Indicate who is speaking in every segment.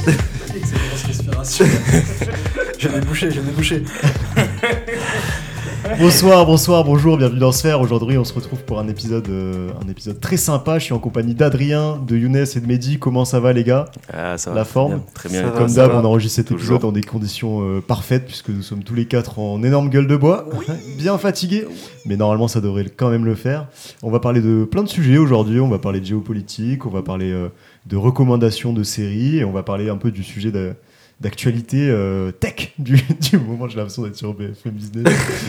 Speaker 1: C'est une grosse respiration.
Speaker 2: Je l'ai bouché.
Speaker 3: Bonsoir, bonjour, bienvenue dans Sphère. Aujourd'hui, on se retrouve pour un épisode très sympa. Je suis en compagnie d'Adrien, de Younes et de Mehdi. Comment ça va, les gars ?
Speaker 4: Ça va.
Speaker 3: La forme ?
Speaker 4: Très bien.
Speaker 3: Comme d'hab, on enregistre cet épisode dans des conditions parfaites puisque nous sommes tous les quatre en énorme gueule de bois, bien fatigués. Mais normalement, ça devrait quand même le faire. On va parler de plein de sujets aujourd'hui. On va parler de géopolitique, on va parler de recommandations de séries et on va parler un peu du sujet d'actualité tech du moment. J'ai l'impression d'être sur BFM Business.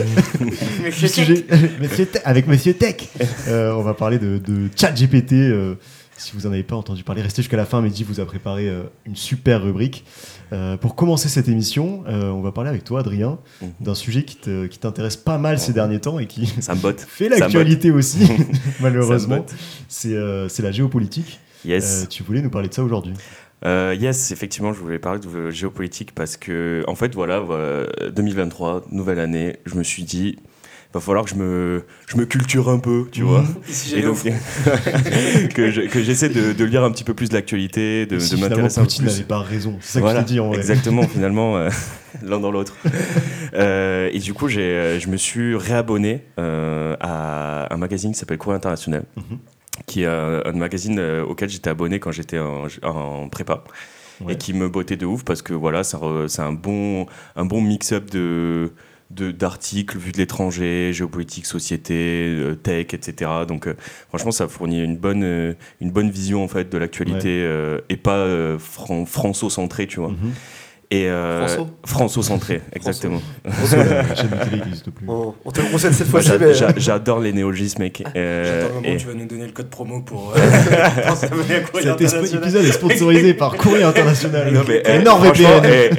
Speaker 3: Avec Monsieur Tech. On va parler de ChatGPT. Si vous n'en avez pas entendu parler, restez jusqu'à la fin. Mehdi vous a préparé une super rubrique. Pour commencer cette émission, on va parler avec toi, Adrien, d'un sujet qui t'intéresse pas mal ces derniers temps et qui fait l'actualité aussi, malheureusement. C'est la géopolitique.
Speaker 4: Yes.
Speaker 3: Tu voulais nous parler de ça aujourd'hui.
Speaker 4: Yes, effectivement, je voulais parler de géopolitique parce que, en fait, voilà, 2023, nouvelle année, je me suis dit, va falloir que je me culture un peu, tu vois.
Speaker 1: Si
Speaker 4: et donc, que j'essaie de lire un petit peu plus de l'actualité, de m'intéresser un peu plus.
Speaker 3: Poutine n'avait pas raison, c'est ça
Speaker 4: voilà,
Speaker 3: que je te dis en vrai.
Speaker 4: Exactement, finalement, l'un dans l'autre. Et du coup, je me suis réabonné à un magazine qui s'appelle Courrier International. Qui est un magazine auquel j'étais abonné quand j'étais en prépa et qui me bottait de ouf parce que voilà, c'est un bon mix-up d'articles vus de l'étranger, géopolitique, société, tech, etc. Donc franchement, ça fournit une bonne vision en fait de l'actualité et pas franco-centrée, tu vois. Et Franco-centré, exactement.
Speaker 3: La chaîne de télé qui n'existe plus.
Speaker 2: On te le conseille cette fois-ci.
Speaker 4: J'adore les néologismes, mec.
Speaker 1: J'attends le moment où tu vas nous donner le code promo pour s'abonner à Courrier
Speaker 3: Cet
Speaker 1: International.
Speaker 3: épisode est sponsorisé par Courrier International.
Speaker 4: Non, mais,
Speaker 3: NordVPN.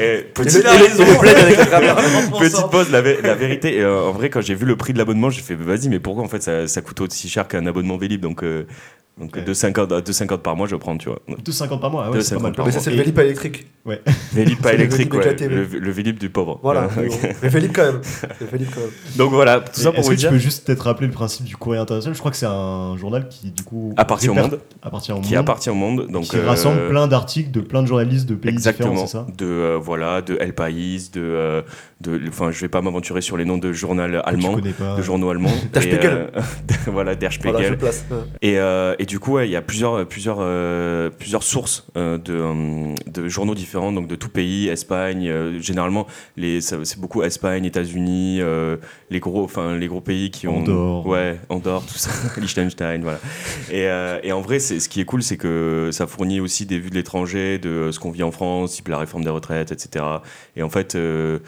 Speaker 4: Petite pause, la vérité, en vrai, quand j'ai vu le prix de l'abonnement, j'ai fait vas-y, mais pourquoi en fait ça coûte aussi cher qu'un abonnement Vélib, donc 2,50 par mois, je prends, tu vois.
Speaker 3: 2,50 par mois, ouais, c'est pas mal.
Speaker 2: Mais ça, c'est le Vélib pas électrique.
Speaker 3: Ouais.
Speaker 4: Vélib pas électrique,
Speaker 2: Vélib
Speaker 4: ouais.
Speaker 2: éclaté,
Speaker 4: Le Vélib du pauvre.
Speaker 2: Voilà, mais Vélib quand même.
Speaker 4: Donc voilà, tout ça pour
Speaker 3: Est-ce
Speaker 4: vous
Speaker 3: que
Speaker 4: dire.
Speaker 3: tu peux juste peut-être rappeler le principe du Courrier International ? Je crois que c'est un journal qui, du coup,
Speaker 4: appartient au monde.
Speaker 3: Qui
Speaker 4: appartient au monde. Donc,
Speaker 3: qui rassemble plein d'articles de plein de journalistes de pays différents, c'est ça ?
Speaker 4: De El País, enfin, je vais pas m'aventurer sur les noms de journaux allemands, de journaux allemands.
Speaker 2: Der Spiegel.
Speaker 4: Voilà, Der Spiegel.
Speaker 2: Voilà, je place.
Speaker 4: Et du coup, il y a plusieurs sources de journaux différents, donc de tout pays, Espagne, généralement, c'est beaucoup Espagne, États-Unis, les gros pays qui ont...
Speaker 3: Andorre.
Speaker 4: Ouais, Andorre, tout ça, Liechtenstein, voilà. Et en vrai, ce qui est cool, c'est que ça fournit aussi des vues de l'étranger, de ce qu'on vit en France, type la réforme des retraites, etc. Et en fait,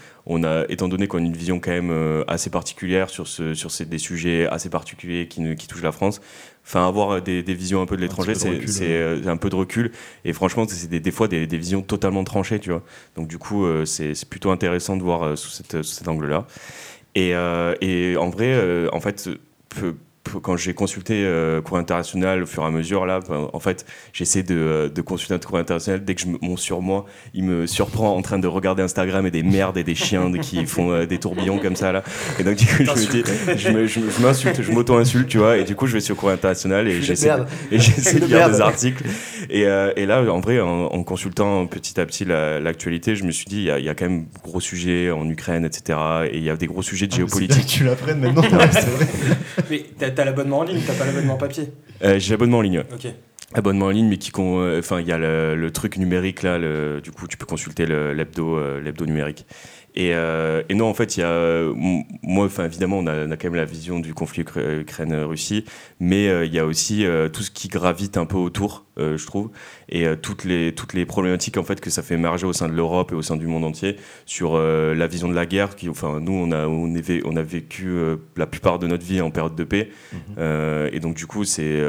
Speaker 4: étant donné qu'on a une vision quand même assez particulière sur des sujets assez particuliers qui touchent la France, enfin, avoir des visions un peu de l'étranger, c'est un peu de recul. Et franchement, c'est des fois des visions totalement tranchées, tu vois. Donc du coup, c'est plutôt intéressant de voir sous cet angle-là. Et en vrai, en fait, quand j'ai consulté Courrier International au fur et à mesure, là, en fait, j'essaie de consulter un Courrier International dès que mon surmoi, il me surprend en train de regarder Instagram et des merdes et des chiens qui font des tourbillons comme ça, là. Et donc, du coup, je me dis, je m'insulte, je m'auto-insulte, tu vois, et du coup, je vais sur Courrier International et j'essaie de lire des articles. Et là, en vrai, en consultant petit à petit l'actualité, je me suis dit, il y a quand même gros sujets en Ukraine, etc. Et il y a des gros sujets de géopolitique.
Speaker 3: Tu l'apprennes maintenant, c'est vrai.
Speaker 1: Mais t'as l'abonnement en ligne, t'as pas l'abonnement papier.
Speaker 4: J'ai l'abonnement en ligne.
Speaker 1: Ok.
Speaker 4: Abonnement en ligne, mais il y a le truc numérique là. Du coup, tu peux consulter l'hebdo numérique. Et non, en fait, il y a moi, enfin évidemment, on a quand même la vision du conflit Ukraine-Russie, mais il y a aussi tout ce qui gravite un peu autour, je trouve, et toutes les problématiques en fait que ça fait émerger au sein de l'Europe et au sein du monde entier sur la vision de la guerre. Enfin, nous, on a vécu la plupart de notre vie en période de paix, et donc du coup,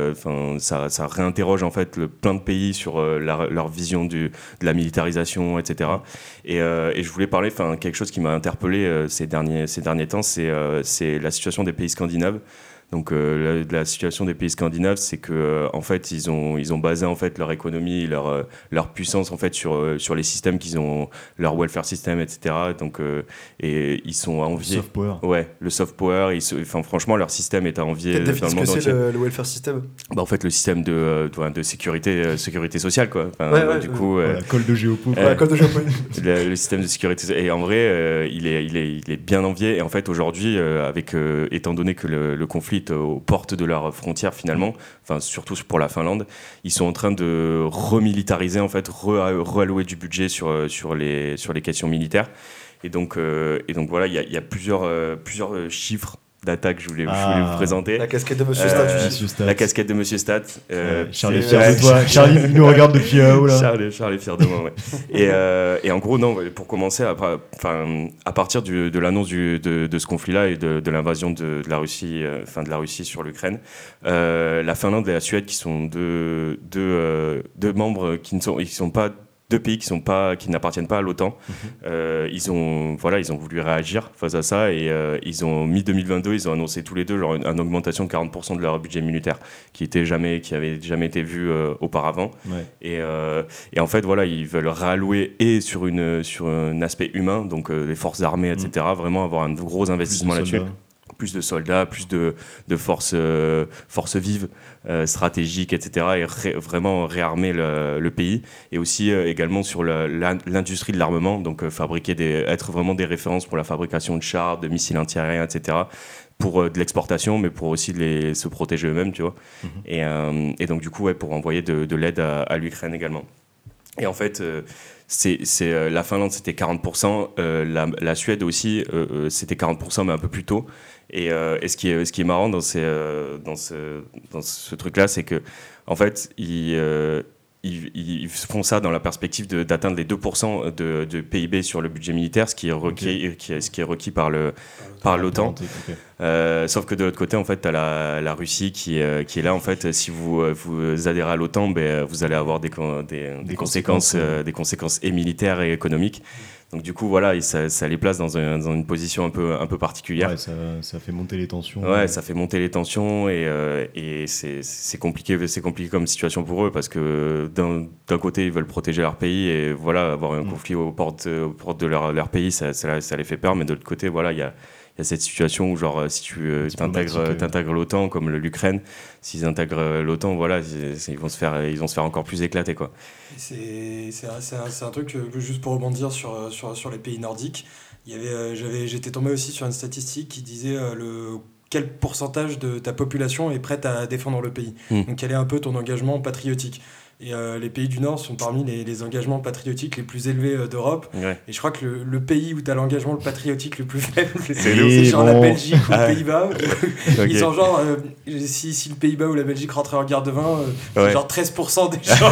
Speaker 4: ça réinterroge en fait plein de pays sur leur vision de la militarisation, etc. Et je voulais parler, quelque chose qui m'a interpellé ces derniers temps, c'est la situation des pays scandinaves. Donc la situation des pays scandinaves, c'est que en fait ils ont basé en fait leur économie, leur puissance en fait sur les systèmes qu'ils ont, leur welfare system, etc. Donc et ils sont à envier.
Speaker 3: Soft power.
Speaker 4: Ouais, le soft power. Enfin franchement leur système est à envier
Speaker 2: Quelle
Speaker 4: dans le
Speaker 2: définisse
Speaker 4: monde
Speaker 2: que c'est
Speaker 4: entier.
Speaker 2: le welfare system?
Speaker 4: Bah, en fait le système de sécurité sociale quoi. Enfin,
Speaker 2: Ouais,
Speaker 4: du coup.
Speaker 3: Voilà, col de géopo.
Speaker 2: Ouais, comme de Japon.
Speaker 4: Le système de sécurité et en vrai il est bien envié et en fait aujourd'hui étant donné que le conflit est aux portes de leurs frontières finalement, enfin surtout pour la Finlande, ils sont en train de remilitariser en fait, reallouer du budget sur les questions militaires et donc voilà il y a plusieurs chiffres d'attaque que je voulais vous présenter.
Speaker 2: La casquette de Monsieur Stat.
Speaker 3: Monsieur Stat.
Speaker 4: La casquette de Monsieur Stat.
Speaker 3: Charlie est fier de toi. Charlie il nous regarde depuis haut là.
Speaker 4: Charlie est fier de moi, ouais. Et en gros, non, pour commencer, à partir de l'annonce de ce conflit-là et de l'invasion de la Russie, de la Russie sur l'Ukraine, la Finlande et la Suède, qui sont deux membres qui sont pas deux pays qui n'appartiennent pas à l'OTAN, ils ont voulu réagir face à ça et ils ont mi-2022, ils ont annoncé tous les deux une augmentation de 40% de leur budget militaire qui avait jamais été vu auparavant.
Speaker 3: Ouais.
Speaker 4: Et en fait voilà, ils veulent réallouer et sur un aspect humain, donc les forces armées, etc. Vraiment avoir un gros investissement là-dessus. Plus de soldats, plus de forces vives, stratégiques, etc. Et vraiment réarmer le pays. Et aussi également sur l'industrie de l'armement, donc être vraiment des références pour la fabrication de chars, de missiles antiaériens, etc. Pour de l'exportation, mais pour aussi se protéger eux-mêmes, tu vois. Et donc du coup, ouais, pour envoyer de l'aide à l'Ukraine également. Et en fait, la Finlande, c'était 40%, la Suède aussi, c'était 40%, mais un peu plus tôt. Et ce qui est marrant dans ce truc-là, c'est que en fait, ils font ça dans la perspective d'atteindre les 2% de PIB sur le budget militaire, ce qui est requis par l'OTAN. Sauf que de l'autre côté, en fait, tu as la Russie qui est là. En fait, si vous adhérez à l'OTAN, vous allez avoir des conséquences et militaires et économiques. Donc du coup, voilà, ça les place dans une position un peu particulière.
Speaker 3: Ouais, ça fait monter les tensions.
Speaker 4: Ouais, ça fait monter les tensions et c'est compliqué comme situation pour eux parce que d'un côté, ils veulent protéger leur pays et voilà, avoir un conflit aux portes de leur pays, ça les fait peur. Mais de l'autre côté, voilà, il y a cette situation où genre si tu t'intègres l'OTAN comme l'Ukraine, s'ils intègrent l'OTAN, voilà, ils vont se faire encore plus éclater quoi.
Speaker 1: C'est un truc juste pour rebondir sur les pays nordiques. J'étais tombé aussi sur une statistique qui disait quel pourcentage de ta population est prête à défendre le pays. Donc quel est un peu ton engagement patriotique. Et les pays du Nord sont parmi les engagements patriotiques les plus élevés d'Europe.
Speaker 4: Ouais.
Speaker 1: Et je crois que le pays où tu as l'engagement patriotique le plus faible,
Speaker 4: c'est
Speaker 1: genre la Belgique ou les Pays-Bas.
Speaker 4: Okay.
Speaker 1: Ils sont genre, si le Pays-Bas ou la Belgique rentrait en guerre de vin,
Speaker 4: ouais.
Speaker 1: genre 13% des gens.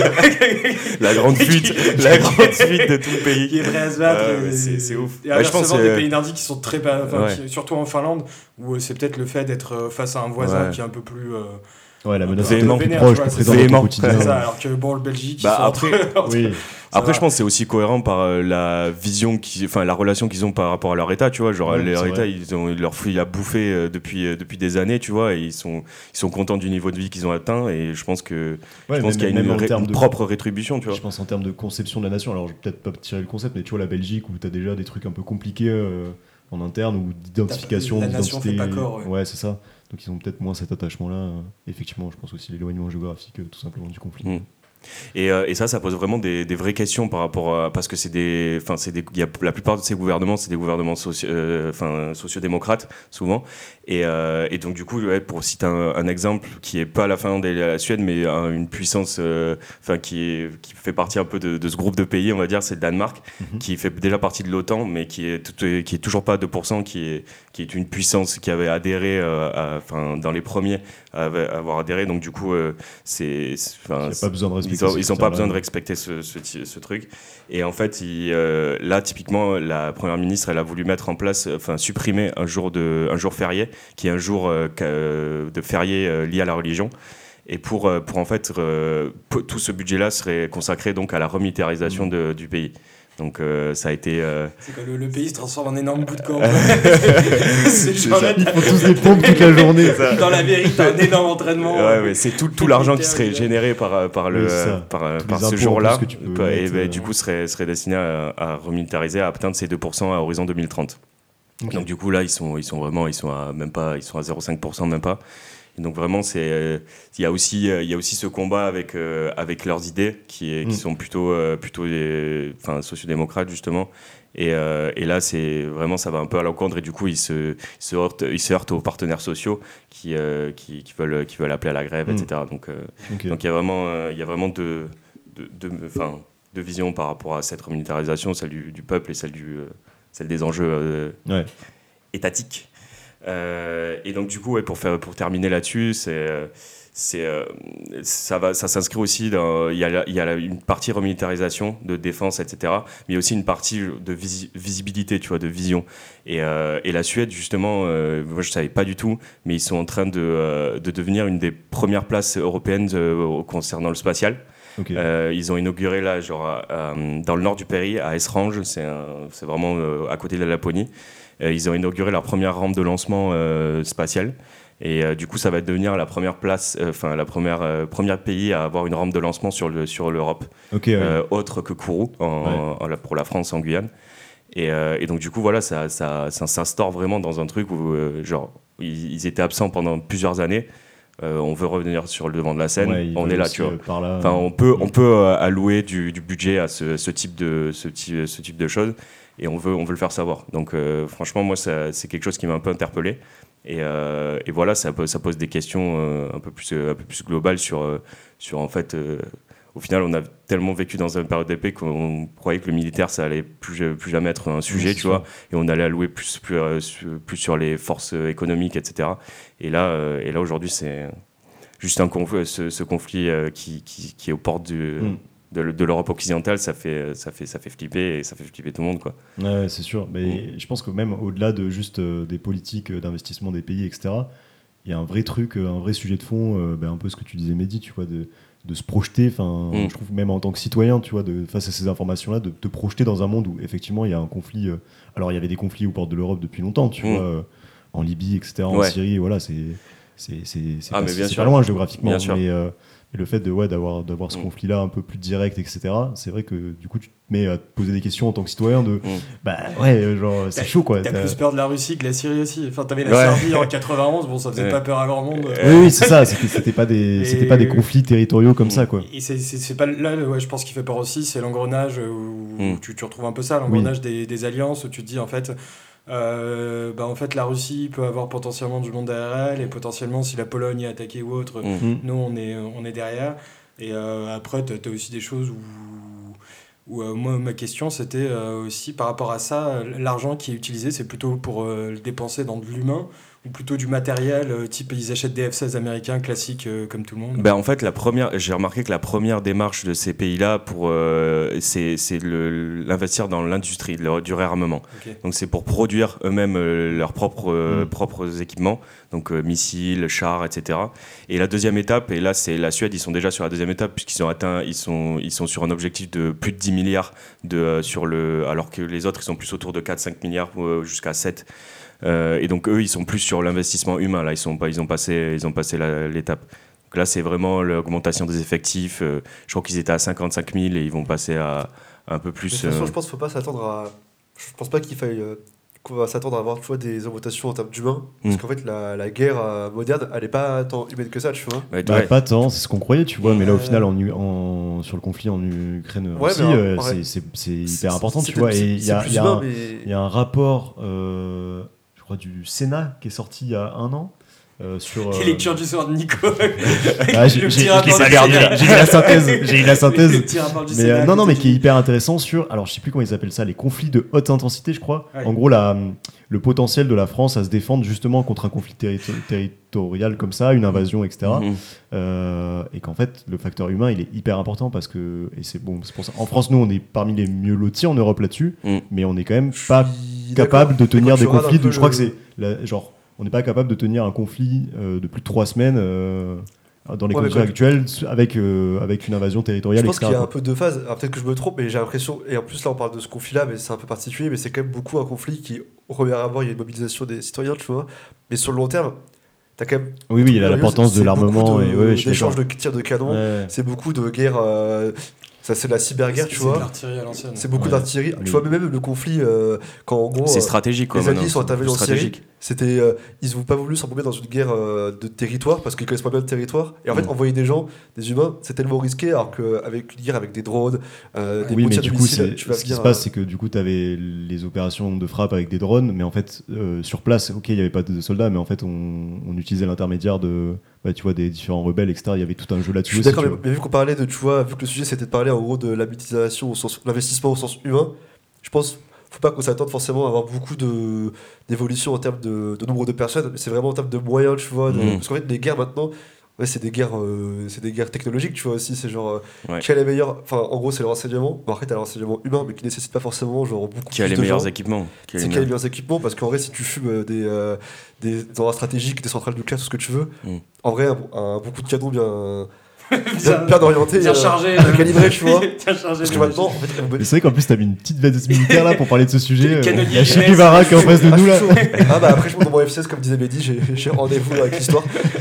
Speaker 4: La grande fuite de tout le pays.
Speaker 1: Qui est prêt à se battre.
Speaker 4: C'est ouf.
Speaker 1: Et inversement, des pays nordiques qui sont très. Surtout en Finlande, où c'est peut-être le fait d'être face à un voisin qui est un peu plus.
Speaker 3: Ouais, la menace
Speaker 4: véhément,
Speaker 3: plus proche, plus présente dans ton quotidien.
Speaker 1: C'est ça, alors que le Belgique.
Speaker 4: Après, je pense que c'est aussi cohérent par la vision, la relation qu'ils ont par rapport à leur État, tu vois. Genre, leur État, leur fouille à bouffer depuis des années, tu vois, et ils sont contents du niveau de vie qu'ils ont atteint, et je pense qu'il y a une propre rétribution, tu vois.
Speaker 3: Je pense en termes de conception de la nation, alors je vais peut-être pas tirer le concept, mais tu vois, la Belgique, où tu as déjà des trucs un peu compliqués en interne, ou d'identification,
Speaker 1: la
Speaker 3: d'identité.
Speaker 1: nation fait pas corps,
Speaker 3: ouais, c'est ça. Donc ils ont peut-être moins cet attachement-là. Effectivement, je pense aussi l'éloignement géographique, tout simplement, du conflit.
Speaker 4: Et ça pose vraiment des vraies questions par rapport à, parce que la plupart de ces gouvernements, c'est des gouvernements sociodémocrates souvent, et donc du coup, ouais, pour citer un exemple qui est pas la Finlande et la Suède, mais une puissance, qui fait partie un peu de ce groupe de pays, on va dire, c'est le Danemark, qui fait déjà partie de l'OTAN, mais qui est toujours pas à 2%, qui est une puissance qui avait adhéré, dans les premiers à avoir adhéré, donc du coup,
Speaker 3: il n'y a pas besoin de respecter.
Speaker 4: Ils n'ont pas besoin de respecter ce truc. Et en fait, là, typiquement, la première ministre, elle a voulu mettre en place, supprimer un jour férié, qui est un jour de férié lié à la religion. Et pour en fait, tout ce budget-là serait consacré donc à la remilitarisation du pays. Donc ça a été...
Speaker 1: C'est quoi, le pays se transforme en énorme bout de camp.
Speaker 3: Ils font tous des pompes toute la journée.
Speaker 1: Dans la vérité, t'as un énorme entraînement.
Speaker 4: Ouais, c'est tout l'argent qui serait généré par ce jour-là, et du coup serait destiné à remilitariser, à atteindre ces 2% à horizon 2030. Okay. Donc du coup là ils sont à 0,5%, même pas. Et donc vraiment il y a aussi ce combat avec leurs idées qui sont plutôt sociodémocrates justement. Et là c'est vraiment, ça va un peu à l'encontre, et du coup ils se heurtent aux partenaires sociaux qui veulent appeler à la grève, etc. Donc il y a vraiment deux visions par rapport à cette remilitarisation, celle du peuple et celle des enjeux étatiques. Et donc du coup, pour terminer là-dessus, ça s'inscrit aussi dans, il y a une partie remilitarisation, de défense, etc. Mais il y a aussi une partie de visibilité, tu vois, de vision. Et la Suède, justement, moi je savais pas du tout, mais ils sont en train de devenir une des premières places européennes concernant le spatial. Okay. Ils ont inauguré là, dans le nord du pays, à Esrange, c'est vraiment à côté de la Laponie. Ils ont inauguré leur première rampe de lancement spatiale. Et du coup, ça va devenir la première place, première pays à avoir une rampe de lancement sur l'Europe, autre que Kourou pour la France en Guyane. Et donc du coup, voilà, ça s'instaure vraiment dans un truc où ils étaient absents pendant plusieurs années. On veut revenir sur le devant de la scène, on est là, tu vois. Enfin, on peut allouer du budget à ce type de choses, et on veut le faire savoir. Donc franchement, moi c'est quelque chose qui m'a un peu interpellé, et voilà, ça pose des questions un peu plus globales sur en fait, au final on a tellement vécu dans une période d'épée qu'on croyait que le militaire ça allait plus jamais être un sujet, tu vois, et on allait allouer plus sur les forces économiques, etc. Et là aujourd'hui c'est juste ce conflit qui est aux portes de l'Europe occidentale. Ça fait flipper, et ça fait flipper tout le monde, quoi.
Speaker 3: Ouais, c'est sûr, mais je pense que même au-delà de juste des politiques d'investissement des pays, etc., il y a un vrai truc, un vrai sujet de fond, un peu ce que tu disais, Mehdi, tu vois, de se projeter, je trouve même en tant que citoyen, tu vois, face à ces informations-là, de te projeter dans un monde où effectivement il y a un conflit. Alors il y avait des conflits aux portes de l'Europe depuis longtemps, tu vois, en Libye, etc., en Syrie, voilà, c'est pas loin géographiquement, mais le fait d'avoir ce conflit-là un peu plus direct, etc., c'est vrai que du coup tu te mets à te poser des questions en tant que citoyen c'est chaud, quoi.
Speaker 1: T'as plus peur de la Russie que la Syrie aussi. Enfin, t'avais la Serbie en 91, bon, ça faisait pas peur à grand monde.
Speaker 3: Oui, c'est ça, c'était pas des conflits territoriaux comme ça, quoi.
Speaker 1: Et c'est pas là, je pense qu'il fait peur aussi, c'est l'engrenage où tu retrouves un peu ça, l'engrenage des alliances, où tu te dis en fait la Russie peut avoir potentiellement du monde derrière elle, et potentiellement si la Pologne est attaquée ou autre, nous on est derrière. Et après t'as aussi des choses où moi ma question c'était aussi par rapport à ça, l'argent qui est utilisé, c'est plutôt pour le dépenser dans de l'humain ou plutôt du matériel, type ils achètent des F-16 américains classiques comme tout le monde?
Speaker 4: En fait, j'ai remarqué que la première démarche de ces pays-là, c'est l'investir dans l'industrie du réarmement. Okay. Donc c'est pour produire eux-mêmes leurs propres équipements, donc missiles, chars, etc. Et la deuxième étape, et là c'est la Suède, ils sont déjà sur la deuxième étape puisqu'ils ont atteint, ils sont sur un objectif de plus de 10 milliards alors que les autres ils sont plus autour de 4-5 milliards jusqu'à 7. Et donc eux ils sont plus sur l'investissement humain, là ils ont passé l'étape. Donc là c'est vraiment l'augmentation des effectifs, je crois qu'ils étaient à 55 000 et ils vont passer à un peu plus.
Speaker 2: De toute façon, je pense qu'il faut pas s'attendre à, je pense pas qu'il faille qu'on va s'attendre à avoir, tu vois, des augmentations en termes d'humains, parce qu'en fait la guerre moderne elle est pas tant humaine que ça, tu vois.
Speaker 3: Pas tant, c'est ce qu'on croyait, tu vois, mais là au final sur le conflit en Ukraine aussi, c'est hyper important, tu vois. Et il y a un rapport je crois du Sénat qui est sorti il y a 1 an. Sur
Speaker 1: les lectures du soir de Nico.
Speaker 3: J'ai eu la synthèse. Mais non, mais qui est hyper intéressant sur, alors je sais plus comment ils appellent ça, les conflits de haute intensité, je crois. Ouais. En gros, le potentiel de la France à se défendre justement contre un conflit territorial comme ça, une invasion, etc. Et qu'en fait, le facteur humain, il est hyper important parce que, et c'est pour ça. En France, nous, on est parmi les mieux lotis en Europe là-dessus, mais on est quand même pas capable de tenir des conflits. Je crois que c'est on n'est pas capable de tenir un conflit de plus de 3 semaines dans les
Speaker 2: Ouais,
Speaker 3: conditions
Speaker 2: mais
Speaker 3: actuelles avec une invasion
Speaker 2: Je
Speaker 3: territoriale,
Speaker 2: pense qu'il y
Speaker 3: etc.
Speaker 2: a un peu deux phases. Alors, peut-être que je me trompe, mais j'ai l'impression. Et en plus, là, on parle de ce conflit-là, mais c'est un peu particulier. Mais c'est quand même beaucoup un conflit qui, au premier abord, il y a une mobilisation des citoyens, tu vois. Mais sur le long terme, t'as quand même.
Speaker 3: Oui, il y a l'importance de
Speaker 2: C'est
Speaker 3: l'armement
Speaker 2: beaucoup
Speaker 3: et ouais, je suis
Speaker 2: d'échanges de
Speaker 3: d'accord.
Speaker 2: tirs de canon.
Speaker 3: Ouais.
Speaker 2: C'est beaucoup de guerres. Ça, c'est de la cyberguerre, tu
Speaker 1: C'est de
Speaker 2: vois.
Speaker 1: l'artillerie à l'ancienne.
Speaker 2: C'est beaucoup
Speaker 3: Ouais.
Speaker 2: d'artillerie.
Speaker 3: Mais-
Speaker 2: Tu vois, mais même le conflit, quand en gros.
Speaker 4: C'est stratégique, quoi.
Speaker 2: Les Alliés
Speaker 4: maintenant,
Speaker 2: sont
Speaker 4: c'est
Speaker 2: intervenus en
Speaker 4: plus
Speaker 2: Syrie.
Speaker 4: stratégique.
Speaker 2: C'était, ils n'ont pas voulu s'embrouiller dans une guerre de territoire parce qu'ils connaissent pas bien le territoire. Et en fait,
Speaker 4: Mm.
Speaker 2: envoyer des gens, des humains, c'est tellement risqué. Alors qu'avec une guerre avec des drones, des
Speaker 3: Oui, mais
Speaker 2: motiers de
Speaker 3: du coup,
Speaker 2: missiles, tu vas
Speaker 3: ce qui
Speaker 2: venir,
Speaker 3: se passe, c'est que du coup, tu avais les opérations de frappe avec des drones, mais en fait, sur place, ok, il n'y avait pas de soldats, mais en fait, on utilisait l'intermédiaire tu vois, des différents rebelles, etc. Il y avait tout un jeu
Speaker 2: Je
Speaker 3: là-dessus
Speaker 2: suis
Speaker 3: aussi.
Speaker 2: d'accord,
Speaker 3: tu
Speaker 2: mais,
Speaker 3: vois.
Speaker 2: mais vu qu'on parlait de, tu vois, vu que le sujet c'était de parler en gros de la mutualisation l'investissement au sens humain, je pense faut pas qu'on s'attende forcément à avoir beaucoup d'évolution en termes de nombre de personnes, mais c'est vraiment en termes de moyens, tu vois, parce qu'en fait les guerres maintenant, ouais, c'est des guerres technologiques, tu vois aussi, c'est genre
Speaker 4: Ouais.
Speaker 2: quel est le meilleur, enfin en gros c'est le renseignement, bon après t'as le renseignement humain mais qui nécessite pas forcément genre beaucoup
Speaker 4: Qui a
Speaker 2: plus
Speaker 4: les
Speaker 2: de
Speaker 4: meilleurs
Speaker 2: gens.
Speaker 4: équipements. Qui a
Speaker 2: C'est
Speaker 4: les
Speaker 2: qu'il y a les
Speaker 4: meilleurs-
Speaker 2: meilleurs équipements parce qu'en vrai si tu fumes des endroits stratégiques, des centrales nucléaires, tout ce que tu veux,
Speaker 4: Mm.
Speaker 2: en vrai un beaucoup de canons bien orienté,
Speaker 1: Bien chargé.
Speaker 2: bien calibré, tu vois.
Speaker 1: Bien chargé.
Speaker 2: Parce que maintenant, en fait,
Speaker 3: Mais c'est vrai qu'en plus, t'as mis une petite veste militaire là pour parler de ce sujet.
Speaker 1: Canonnier
Speaker 3: Il y a Che
Speaker 1: MS.
Speaker 3: Guevara qui est en face de nous là.
Speaker 2: ah bah après je monte dans mon F16 comme disait Mehdi, j'ai rendez-vous avec l'histoire.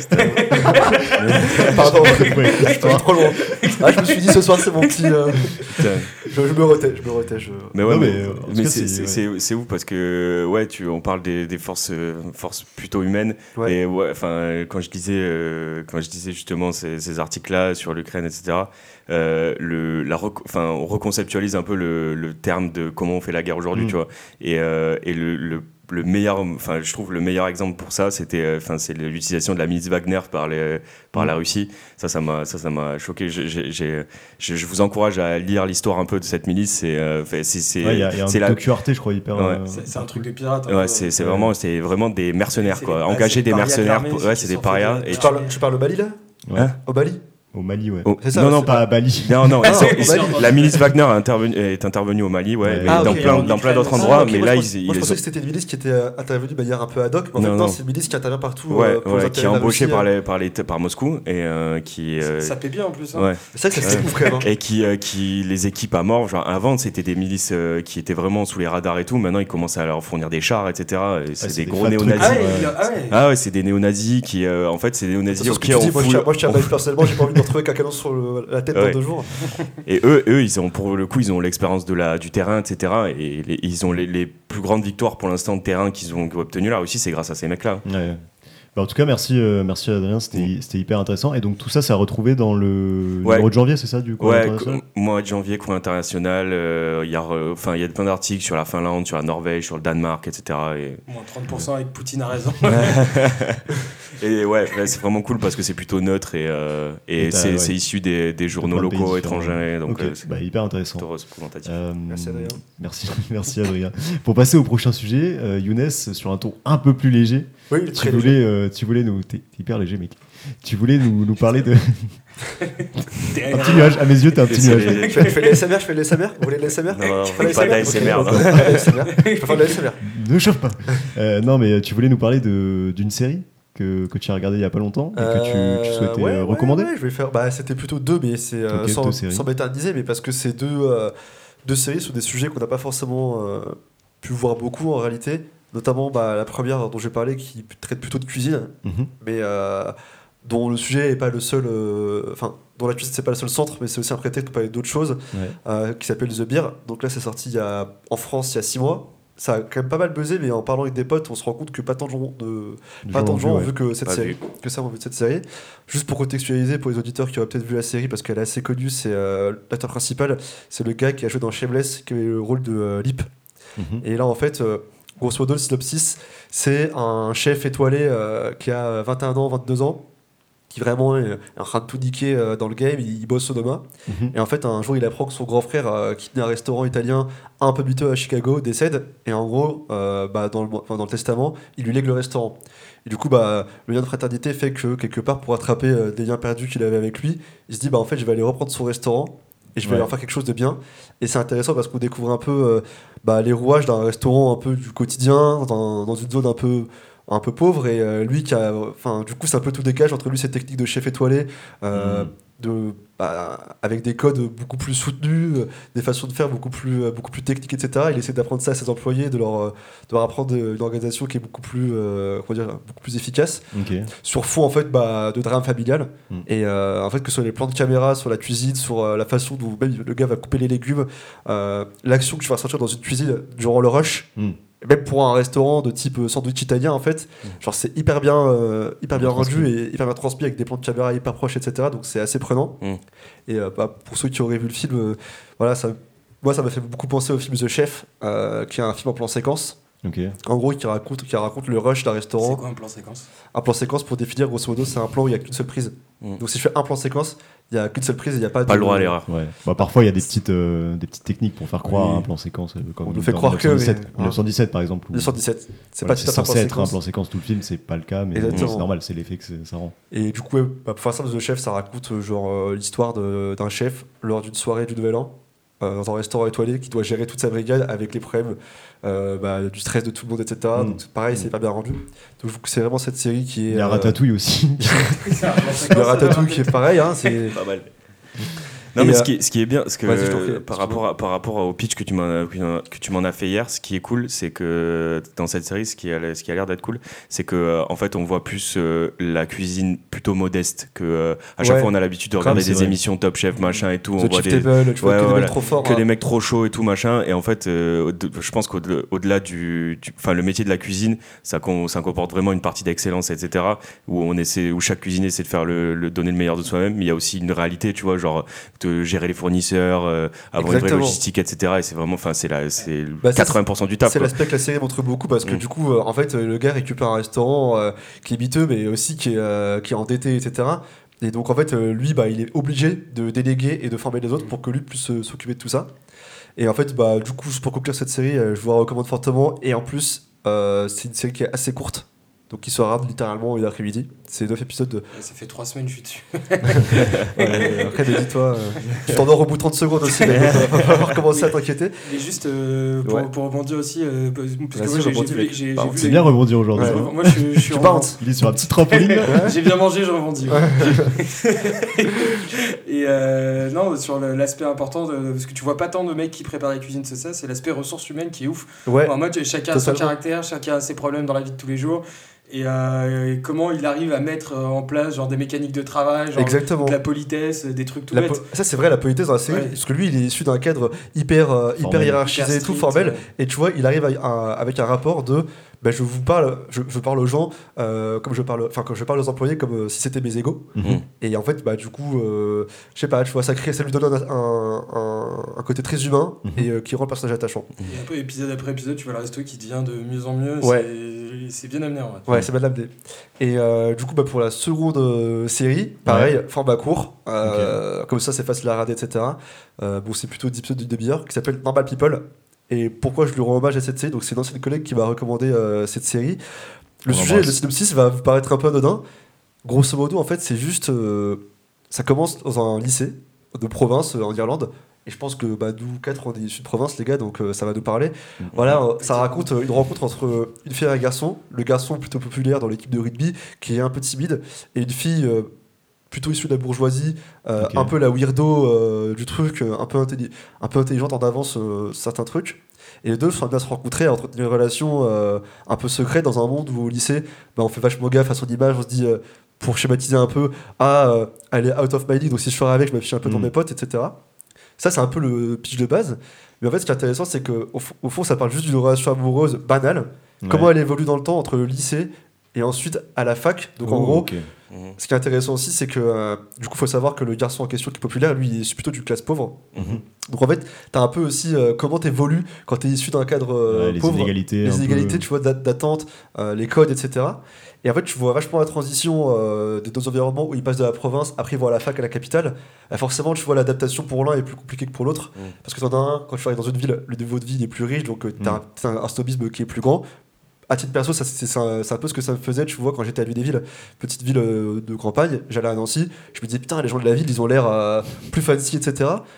Speaker 2: Pardon,
Speaker 3: Ouais,
Speaker 2: je suis trop loin. Ah, je me suis dit ce soir c'est mon petit.
Speaker 4: Putain.
Speaker 2: Je me retais.
Speaker 4: Mais ouais,
Speaker 3: Non,
Speaker 4: mais,
Speaker 3: mais, en tout
Speaker 4: mais
Speaker 3: cas,
Speaker 4: c'est ouf parce que ouais, on parle des forces plutôt humaines.
Speaker 2: Ouais.
Speaker 4: Et ouais, enfin, quand je disais justement ces articles-là sur l'Ukraine, etc. On reconceptualise un peu le terme de comment on fait la guerre aujourd'hui,
Speaker 3: Mm.
Speaker 4: tu vois. Et le meilleur, enfin, je trouve le meilleur exemple pour ça, c'est l'utilisation de la milice Wagner par la Russie. Ça m'a choqué. Je vous encourage à lire l'histoire un peu de cette milice.
Speaker 3: Ouais, il y a
Speaker 4: c'est
Speaker 3: un docu Arte, je crois, hyper.
Speaker 4: Ouais.
Speaker 1: C'est un truc de pirate.
Speaker 4: Ouais, c'est vraiment des mercenaires,
Speaker 1: C'est
Speaker 4: quoi.
Speaker 1: des-
Speaker 4: Engager
Speaker 1: c'est
Speaker 4: des
Speaker 1: des parias de
Speaker 4: mercenaires.
Speaker 1: l'armée,
Speaker 4: Ouais,
Speaker 1: qui
Speaker 4: c'est des
Speaker 1: sont
Speaker 4: parias.
Speaker 1: faits de-
Speaker 4: Et
Speaker 2: Tu parles au Mali là
Speaker 3: Ouais.
Speaker 4: Hein
Speaker 2: Au Mali
Speaker 3: Au Mali, ouais.
Speaker 4: Oh,
Speaker 2: C'est ça,
Speaker 3: non,
Speaker 2: c'est
Speaker 3: non, pas
Speaker 2: pas-
Speaker 3: à Bali.
Speaker 4: non,
Speaker 2: Ah,
Speaker 4: ils
Speaker 2: au
Speaker 4: sont-
Speaker 2: Mali.
Speaker 4: la milice Wagner est intervenue au Mali, ouais,
Speaker 3: Ouais.
Speaker 4: mais
Speaker 2: Ah,
Speaker 4: dans
Speaker 2: ok.
Speaker 4: plein d'autres
Speaker 1: Ah,
Speaker 4: endroits,
Speaker 2: ok,
Speaker 4: mais
Speaker 2: moi,
Speaker 4: là,
Speaker 2: je
Speaker 4: ils
Speaker 2: pensais
Speaker 4: ont-
Speaker 2: que c'était une milice qui était intervenue de manière un peu ad hoc, mais en fait,
Speaker 4: Non,
Speaker 2: non,
Speaker 4: non.
Speaker 2: c'est une milice qui intervient partout
Speaker 4: Ouais,
Speaker 2: pour les
Speaker 4: qui est
Speaker 2: intérêts de la
Speaker 4: embauché
Speaker 2: Russie,
Speaker 4: par Moscou et qui
Speaker 1: Ça paie bien en plus. Hein.
Speaker 4: ouais.
Speaker 2: C'est vrai que c'est ouf quand même. Hein.
Speaker 4: Et qui les équipe à mort. Genre, avant, c'était des milices qui étaient vraiment sous les radars et tout. Maintenant, ils commencent à leur fournir des chars, etc. Et c'est
Speaker 3: c'est
Speaker 4: des
Speaker 3: des
Speaker 4: gros
Speaker 3: fat
Speaker 4: néo-nazis.
Speaker 1: Ah ouais,
Speaker 3: Ouais.
Speaker 1: ah ouais.
Speaker 4: Ah ouais, c'est des néo-nazis qui, en fait, c'est des néo-nazis.
Speaker 2: Attention, ce
Speaker 4: Ok,
Speaker 2: que tu
Speaker 4: on
Speaker 2: dis, moi,
Speaker 4: fout-
Speaker 2: je tiens ma vie personnellement, j'ai pas envie de me retrouver avec un canon sur la tête
Speaker 4: Ouais.
Speaker 2: dans 2 jours.
Speaker 4: Et eux, ils ont pour le coup, ils ont l'expérience du terrain, etc. Et ils ont les plus grandes victoires pour l'instant de terrain qu'ils ont obtenues là aussi, c'est grâce à ces mecs-là.
Speaker 3: Ouais. Bah, en tout cas, merci Adrien, c'était hyper intéressant. Et donc tout ça, ça a retrouvé dans le
Speaker 4: Ouais.
Speaker 3: numéro de janvier, c'est ça, du coup
Speaker 4: Ouais,
Speaker 3: international
Speaker 4: mois de janvier, cours international. Il y a plein d'articles sur la Finlande, sur la Norvège, sur le Danemark, etc. Et,
Speaker 1: Moins 30% avec Poutine a raison.
Speaker 4: et ouais, c'est vraiment cool parce que c'est plutôt neutre et
Speaker 3: Et t'as,
Speaker 4: c'est
Speaker 3: ouais,
Speaker 4: c'est issu des journaux
Speaker 3: plein de pays
Speaker 4: locaux
Speaker 3: différents.
Speaker 4: étrangers. Donc
Speaker 3: Ok,
Speaker 4: c'est
Speaker 3: bah, hyper intéressant.
Speaker 4: plutôt représentatif.
Speaker 2: Merci, Adrien.
Speaker 3: Merci Adrien. Pour passer au prochain sujet, Younes, sur un ton un peu plus léger,
Speaker 2: Oui, il est
Speaker 3: tu
Speaker 2: très léger.
Speaker 3: voulais nous... T'es hyper léger, mec. Tu voulais nous parler de... un petit nuage, à mes yeux, t'es un petit
Speaker 4: C'est
Speaker 3: nuage.
Speaker 4: les-
Speaker 2: Je fais de l'ASMR. Vous voulez de l'ASMR
Speaker 4: Non,
Speaker 2: Je fais de
Speaker 4: pas
Speaker 2: l'ASMR.
Speaker 4: d'ASMR,
Speaker 2: Ok,
Speaker 4: non.
Speaker 2: on fait de l'ASMR. Je peux faire de l'ASMR.
Speaker 3: Ne chauffe pas. Non, mais tu voulais nous parler d'une série que tu as regardée il y a pas longtemps et que tu souhaitais
Speaker 2: ouais,
Speaker 3: recommander.
Speaker 2: ouais, je vais faire. Bah, c'était plutôt 2, mais c'est
Speaker 3: Ok, deux séries.
Speaker 2: sans m'éterniser, mais parce que c'est deux séries sur des sujets qu'on n'a pas forcément pu voir beaucoup en réalité. Notamment la première dont j'ai parlé qui traite plutôt de cuisine,
Speaker 3: Mhm.
Speaker 2: mais dont le sujet n'est pas le seul. Enfin, dont la cuisine c'est pas le seul centre, mais c'est aussi un prétexte pour parler d'autres choses,
Speaker 3: Ouais.
Speaker 2: qui s'appelle The Beer. Donc là, c'est sorti en France il y a 6 mois. Ça a quand même pas mal buzzé, mais en parlant avec des potes, on se rend compte que pas tant de gens ont
Speaker 3: ouais.
Speaker 2: vu que cette
Speaker 4: Pas
Speaker 2: série.
Speaker 4: vu.
Speaker 2: Que ça ont vu de cette série. Juste pour contextualiser pour les auditeurs qui auraient peut-être vu la série, parce qu'elle est assez connue, c'est l'acteur principal, c'est le gars qui a joué dans Shameless, qui avait le rôle de Lip.
Speaker 3: Mhm.
Speaker 2: Et là, en fait, grosso modo, le synopsis, c'est un chef étoilé qui a 21 ans, 22 ans, qui vraiment est en train de tout niquer dans le game, il bosse au Sonoma.
Speaker 3: Mhm.
Speaker 2: Et en fait, un jour, il apprend que son grand frère, qui tenait un restaurant italien un peu miteux à Chicago, décède. Et en gros, dans le testament, il lui lègue le restaurant. Et du coup, le lien de fraternité fait que, quelque part, pour rattraper des liens perdus qu'il avait avec lui, il se dit, en fait, je vais aller reprendre son restaurant et je vais
Speaker 3: Ouais.
Speaker 2: aller en faire quelque chose de bien. Et c'est intéressant parce qu'on découvre un peu les rouages d'un restaurant un peu du quotidien, dans une zone un peu un peu pauvres, et lui qui a, enfin du coup c'est un peu tout décalage entre lui, cette technique de chef étoilé, avec des codes beaucoup plus soutenus, des façons de faire beaucoup plus techniques, etc. Il essaie d'apprendre ça à ses employés, de leur apprendre une organisation qui est beaucoup plus beaucoup plus efficace, sur fond en fait de drame familial. Et en fait, que ce soit les plans de caméra sur la cuisine, sur la façon dont même le gars va couper les légumes, l'action que tu vas ressentir dans une cuisine durant le rush, même pour un restaurant de type sandwich italien, en fait, genre c'est hyper bien rendu et hyper bien transmis, avec des plans de caméra hyper proches, etc. Donc c'est assez prenant. Et pour ceux qui auraient vu le film, voilà, moi ça m'a fait beaucoup penser au film The Chef, qui est un film en plan séquence. En gros, qui raconte le rush d'un restaurant.
Speaker 1: C'est quoi un plan séquence?
Speaker 2: Un plan séquence, pour définir, grosso modo, c'est un plan où il n'y a qu'une seule prise. Donc si je fais un plan séquence, il n'y a qu'une seule prise et il n'y a pas
Speaker 4: le droit à l'erreur.
Speaker 3: Ouais. Parfois, il y a des petites techniques pour faire croire à un plan séquence. Comme
Speaker 2: on nous fait croire
Speaker 3: 1917, par exemple.
Speaker 2: 1917.
Speaker 3: C'est pas censé être un plan séquence tout le film, c'est pas le cas, mais c'est normal, c'est l'effet que ça rend.
Speaker 2: Et du coup, pour faire ça, The Chef, ça raconte l'histoire d'un chef lors d'une soirée du Nouvel An, dans un restaurant étoilé, qui doit gérer toute sa brigade avec les problèmes du stress de tout le monde, etc. Donc pareil, c'est pas bien rendu. Donc je trouve que c'est vraiment cette série qui est...
Speaker 3: Il y a Ratatouille aussi.
Speaker 2: Il y a Ratatouille qui est pareil, hein, c'est
Speaker 4: pas mal. Non, mais ce qui est bien, parce que par rapport au pitch que tu m'en as fait hier, ce qui est cool, c'est que dans cette série, ce qui a l'air d'être cool, c'est que en fait, on voit plus la cuisine plutôt modeste, que à chaque fois on a l'habitude de regarder des émissions Top Chef, machin et tout, on voit des
Speaker 2: mecs trop forts,
Speaker 4: des mecs trop chauds et tout machin. Et en fait, je pense qu'au-delà le métier de la cuisine, ça comporte vraiment une partie d'excellence, etc. Où chaque cuisinier essaie de faire donner le meilleur de soi-même. Mais il y a aussi une réalité, tu vois, genre de gérer les fournisseurs, avoir une vraie logistique, etc. Et c'est vraiment, c'est 80% du taf.
Speaker 2: C'est l'aspect que la série montre beaucoup, parce que du coup, en fait, le gars récupère un restaurant qui est miteux, mais aussi qui est endetté, etc. Et donc, en fait, lui, il est obligé de déléguer et de former les autres pour que lui puisse s'occuper de tout ça. Et en fait, du coup, juste pour conclure cette série, je vous la recommande fortement. Et en plus, c'est une série qui est assez courte. Donc il se regarde littéralement une après-midi. C'est 9 épisodes de...
Speaker 1: Ça fait 3 semaines que je suis dessus.
Speaker 2: Après, mais dis-toi, tu t'endors au bout de 30 secondes aussi, mais on va pas recommencer à t'inquiéter.
Speaker 1: Et juste pour rebondir aussi, parce que moi j'ai vu...
Speaker 3: C'est bien rebondir aujourd'hui.
Speaker 1: Ouais, moi je suis
Speaker 3: Il est sur un petit trampoline.
Speaker 1: J'ai bien mangé, je rebondis. Et non, sur l'aspect important, parce que tu vois pas tant de mecs qui préparent la cuisine, c'est l'aspect ressources humaines qui est ouf. En mode, chacun a son caractère, chacun a ses problèmes dans la vie de tous les jours. Et comment il arrive à mettre en place des mécaniques de travail, de la politesse, des trucs tout bêtes.
Speaker 2: Ça c'est vrai, la politesse dans la série, parce que lui il est issu d'un cadre hyper hiérarchisé et tout, formel, et tu vois il arrive avec un rapport de je parle aux gens comme je parle aux employés comme si c'était mes égaux. Et en fait du coup je sais pas, tu vois, ça lui donne un côté très humain et qui rend le personnage attachant.
Speaker 1: Et un peu épisode après épisode, tu vois le resto qui devient de mieux en mieux. C'est bien amené en vrai.
Speaker 2: Ouais, c'est bien amené. Et du coup pour la seconde série, pareil, format court, comme ça c'est facile à regarder, etc. C'est plutôt 10 épisodes d'une demi-heure, qui s'appelle Normal People. Et pourquoi je lui rends hommage à cette série? Donc c'est une ancienne collègue qui m'a recommandé cette série. Le synopsis va vous paraître un peu anodin. Grosso modo, en fait, c'est juste... ça commence dans un lycée de province en Irlande. Et je pense que nous 4 on est issus de province, les gars, donc ça va nous parler. Voilà, ça raconte une rencontre entre une fille et un garçon. Le garçon plutôt populaire dans l'équipe de rugby, qui est un peu timide, et une fille... plutôt issue de la bourgeoisie, un peu la weirdo du truc, un peu intelligente en avance certains trucs. Et les deux sont amenés à se rencontrer, à entretenir une relation un peu secrète dans un monde où au lycée, on fait vachement gaffe à son image, on se dit, pour schématiser un peu, elle est out of my league, donc si je sors avec, je m'affiche un peu dans mes potes, etc. Ça, c'est un peu le pitch de base. Mais en fait, ce qui est intéressant, c'est qu'au fond, ça parle juste d'une relation amoureuse banale, comment elle évolue dans le temps entre le lycée et ensuite à la fac. Donc en gros... Ce qui est intéressant aussi, c'est que du coup, il faut savoir que le garçon en question qui est populaire, lui, il est plutôt d'une classe pauvre. Donc en fait, t'as un peu aussi comment t'évolues quand t'es issu d'un cadre pauvre. Les inégalités, tu vois, d'attente, les codes, etc. Et en fait, tu vois vachement la transition des deux environnements où il passe de la province, après il va à la fac à la capitale. Et forcément, tu vois, l'adaptation pour l'un est plus compliquée que pour l'autre. Parce que t'en as un, quand tu arrives dans une ville, le niveau de vie est plus riche, donc t'as un snobisme qui est plus grand. À titre perso, c'est un peu ce que ça me faisait, tu vois, quand j'étais à Lunéville, petite ville de campagne, j'allais à Nancy, je me disais putain, les gens de la ville, ils ont l'air plus fancy, etc.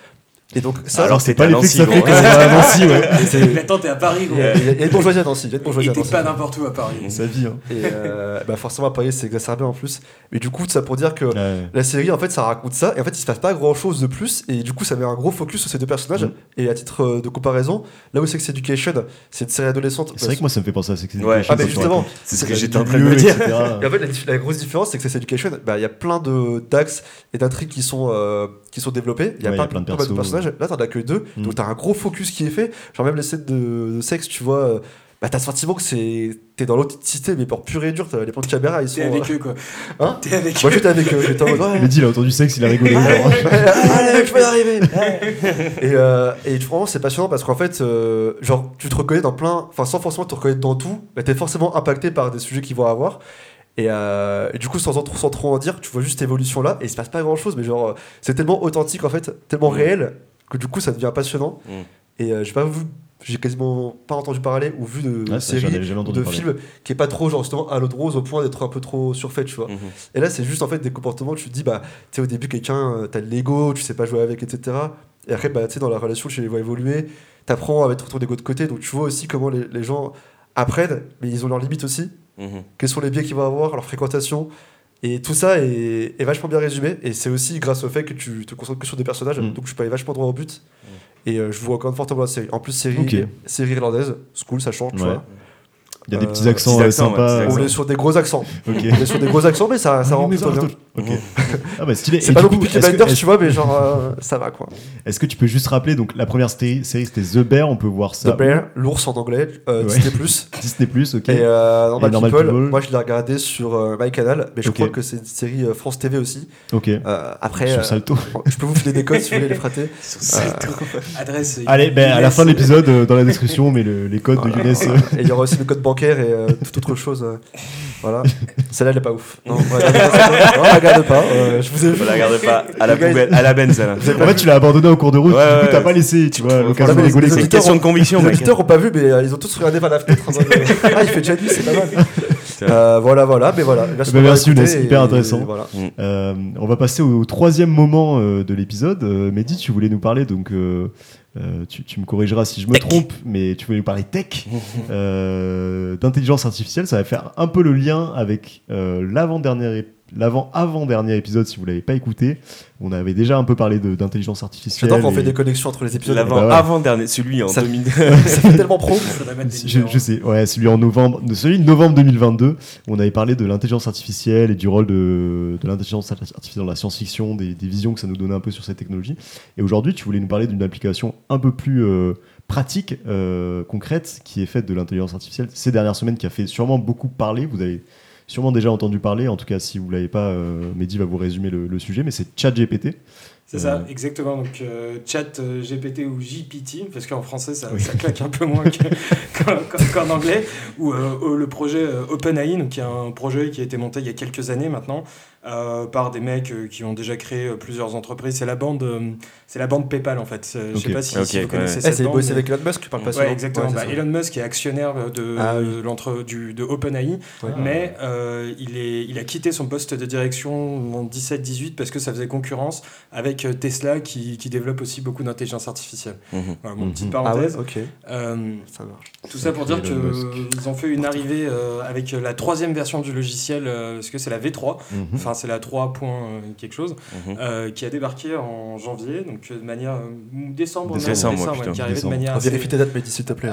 Speaker 2: Et donc, ça,
Speaker 4: Alors,
Speaker 3: c'est
Speaker 4: c'était
Speaker 3: pas
Speaker 4: à
Speaker 3: l'effet que ça
Speaker 4: Nancy,
Speaker 3: fait
Speaker 4: gros.
Speaker 3: quand on va à Nancy, ouais.
Speaker 1: Mais attends, t'es à Paris, gros.
Speaker 2: il y a une bourgeoisie à Nancy. Il y a une bourgeoisie
Speaker 1: Et
Speaker 2: à
Speaker 1: t'es
Speaker 2: Nancy.
Speaker 1: pas n'importe où à Paris.
Speaker 3: Sa vie, hein.
Speaker 2: Et forcément, à Paris, c'est exacerbé en plus. Mais du coup, ça pour dire que
Speaker 3: Ouais.
Speaker 2: la série, en fait, ça raconte ça. Et en fait, il se passe pas grand chose de plus. Et du coup, ça met un gros focus sur ces deux personnages. Et à titre de comparaison, là où Sex Education, c'est une série adolescente.
Speaker 3: C'est vrai que moi, ça me fait penser à Sex
Speaker 4: Ouais.
Speaker 3: Education.
Speaker 2: Ah, mais
Speaker 3: quand tu
Speaker 2: justement,
Speaker 3: racontes.
Speaker 4: C'est ce que
Speaker 3: Il y a
Speaker 4: j'étais
Speaker 3: du
Speaker 4: en train de
Speaker 3: lieu,
Speaker 4: me dire.
Speaker 3: etc.
Speaker 2: Et en fait, la grosse différence, c'est que Sex Education, il y a plein d'axes et d'intrigues qui sont développés. Il y a
Speaker 3: Ouais,
Speaker 2: pas
Speaker 3: il y a plein de
Speaker 2: pas mal
Speaker 3: persos.
Speaker 2: personnages. Là, t'en as que deux.
Speaker 3: Mm.
Speaker 2: Donc, t'as un gros focus qui est fait. Genre, même les scènes de sexe, tu vois. T'as le sentiment que t'es dans l'authenticité, mais pour pur et dur, les plans de caméra, ils sont.
Speaker 1: T'es avec eux, quoi.
Speaker 2: Hein
Speaker 1: T'es avec
Speaker 2: Moi,
Speaker 1: eux.
Speaker 2: j'étais avec eux. J'étais en mode.
Speaker 3: Il me dit, il a entendu sexe, il a rigolé. genre.
Speaker 2: Allez, je vais y arriver. Et vraiment, c'est passionnant parce qu'en fait, genre, tu te reconnais dans plein. Enfin, sans forcément te reconnaître dans tout, mais t'es forcément impacté par des sujets qu'ils vont avoir. Et du coup, sans trop en dire, tu vois juste cette évolution là, et il se passe pas grand chose, mais genre, c'est tellement authentique en fait, tellement réel, que du coup, ça devient passionnant. Et j'ai quasiment pas entendu parler ou vu de
Speaker 3: Ouais, ça, j'en avais
Speaker 2: séries
Speaker 3: jamais
Speaker 2: ou
Speaker 3: entendu
Speaker 2: de
Speaker 3: parler.
Speaker 2: films qui est pas trop genre justement à l'eau de rose au point d'être un peu trop surfait, tu vois. Et là, c'est juste en fait des comportements, tu te dis, bah, tu sais, au début, quelqu'un, t'as de l'ego, tu sais pas jouer avec, etc. Et après, bah, tu sais, dans la relation, tu les vois évoluer, t'apprends à mettre ton ego de côté, donc tu vois aussi comment les gens apprennent, mais ils ont leurs limites aussi. Quels sont les biais qu'ils vont avoir, leur fréquentation. Et tout ça est vachement bien résumé. Et c'est aussi grâce au fait que tu te concentres que sur des personnages, donc tu peux aller vachement droit au but. Et je vous recommande fortement la série. En plus, série irlandaise, c'est cool, ça change, tu
Speaker 3: Ouais.
Speaker 2: vois.
Speaker 3: Il y a des petits accents
Speaker 4: petits accents,
Speaker 3: sympas.
Speaker 4: ouais,
Speaker 2: On est sur des gros accents.
Speaker 3: Ok.
Speaker 2: On est sur des gros accents, mais ça rend plutôt bien.
Speaker 3: Ok. Ah bah stylé.
Speaker 2: C'est
Speaker 3: Et
Speaker 2: pas
Speaker 3: du
Speaker 2: non plus
Speaker 3: coup,
Speaker 2: Peaky
Speaker 3: est-ce que-
Speaker 2: Blinders, tu vois, mais genre, ça va quoi.
Speaker 3: Est-ce que tu peux juste rappeler, donc la première série c'était The Bear, on peut voir ça.
Speaker 2: The Bear, l'ours en anglais, Disney+.
Speaker 3: Disney+, ok.
Speaker 2: Et Normal,
Speaker 3: Normal
Speaker 2: People,
Speaker 3: People.
Speaker 2: moi je l'ai regardé sur MyCanal, mais je
Speaker 3: Ok.
Speaker 2: crois que c'est une série France TV aussi.
Speaker 3: Ok.
Speaker 2: Après,
Speaker 3: Sur Salto.
Speaker 2: je peux vous filer des codes si vous voulez les frater.
Speaker 1: Adresse.
Speaker 3: Allez, ben à la fin de l'épisode, dans la description, on met les codes de Younes.
Speaker 2: Et il y aura aussi le code bancaire et toute autre chose. Voilà. Celle-là, elle est pas ouf. Non, regarde pas. Je vous ai vu.
Speaker 4: Faut la garder pas à la
Speaker 2: Les gars,
Speaker 4: poubelle, à la benz. là.
Speaker 3: En fait, tu l'as abandonné au cours de route,
Speaker 4: Ouais,
Speaker 3: du coup,
Speaker 4: ouais,
Speaker 3: t'as
Speaker 4: ouais.
Speaker 3: pas laissé, tu vois, l'occasion
Speaker 2: Voilà,
Speaker 3: de rigoler.
Speaker 2: les
Speaker 4: C'est une
Speaker 2: auditeurs
Speaker 4: question de conviction,
Speaker 2: Les
Speaker 4: mec.
Speaker 2: auditeurs ont pas vu, mais ils ont tous regardé par la fenêtre en mode ah, il fait déjà nuit, c'est pas mal. Voilà, mais voilà. Merci,
Speaker 3: Bah, merci,
Speaker 2: d'avoir
Speaker 3: Younes,
Speaker 2: écouté
Speaker 3: hyper
Speaker 2: et
Speaker 3: intéressant.
Speaker 2: Voilà.
Speaker 3: On va passer au troisième moment de l'épisode. Mehdi, tu voulais nous parler, donc tu me corrigeras si je me trompe, mais tu voulais nous parler tech, d'intelligence artificielle. Ça va faire un peu le lien avec l'avant-avant-dernier épisode, si vous l'avez pas écouté. On avait déjà un peu parlé d'intelligence artificielle.
Speaker 2: J'adore qu'on fait
Speaker 3: et-
Speaker 2: des connexions entre les épisodes.
Speaker 3: Bah ouais.
Speaker 4: Avant-dernier, celui en
Speaker 2: Ça-
Speaker 4: 2000.
Speaker 2: Ça fait tellement pro.
Speaker 1: Faudrait mettre des
Speaker 3: Je
Speaker 1: numéros.
Speaker 3: sais, ouais, celui de novembre 2022, on avait parlé de l'intelligence artificielle et du rôle de l'intelligence artificielle dans la science-fiction, des visions que ça nous donnait un peu sur cette technologie. Et aujourd'hui, tu voulais nous parler d'une application un peu plus pratique, concrète, qui est faite de l'intelligence artificielle ces dernières semaines, qui a fait sûrement beaucoup parler. Vous avez sûrement déjà entendu parler, en tout cas si vous ne l'avez pas, Mehdi va vous résumer le sujet, mais c'est ChatGPT.
Speaker 1: C'est ça, exactement. Donc, chat GPT ou GPT, parce qu'en français, ça
Speaker 3: Oui.
Speaker 1: claque un peu moins qu'en anglais, ou le projet OpenAI, donc, qui est un projet qui a été monté il y a quelques années maintenant, par des mecs qui ont déjà créé plusieurs entreprises. C'est la bande PayPal, en fait. Je ne sais
Speaker 3: Ok.
Speaker 1: pas si
Speaker 4: Ok,
Speaker 1: vous
Speaker 4: ouais.
Speaker 1: connaissez
Speaker 2: C'est
Speaker 1: cette
Speaker 2: les
Speaker 1: bande.
Speaker 2: boss
Speaker 1: mais-
Speaker 2: avec Elon Musk par le passé.
Speaker 1: Ouais,
Speaker 2: non
Speaker 1: exactement.
Speaker 2: Ouais,
Speaker 1: Bah,
Speaker 2: c'est ça.
Speaker 1: Elon Musk est actionnaire
Speaker 2: Ah oui.
Speaker 1: de OpenAI,
Speaker 2: Ouais.
Speaker 1: mais il a quitté son poste de direction en 17-18 parce que ça faisait concurrence avec Tesla qui développe aussi beaucoup d'intelligence artificielle. Voilà, mon petite
Speaker 2: Ah ouais,
Speaker 1: parenthèse.
Speaker 2: ok.
Speaker 1: Ça
Speaker 2: Ça marche.
Speaker 1: tout ça pour dire
Speaker 3: Elon Musk.
Speaker 1: qu'ils ont fait une arrivée avec la troisième version du logiciel, parce que c'est la V3, enfin c'est la 3. Quelque chose, qui a débarqué en janvier, donc de manière décembre,
Speaker 4: Décembre,
Speaker 1: qui arrivait de
Speaker 3: décembre.
Speaker 1: manière
Speaker 2: Vérifie tes dates, Mehdi, s'il te plaît.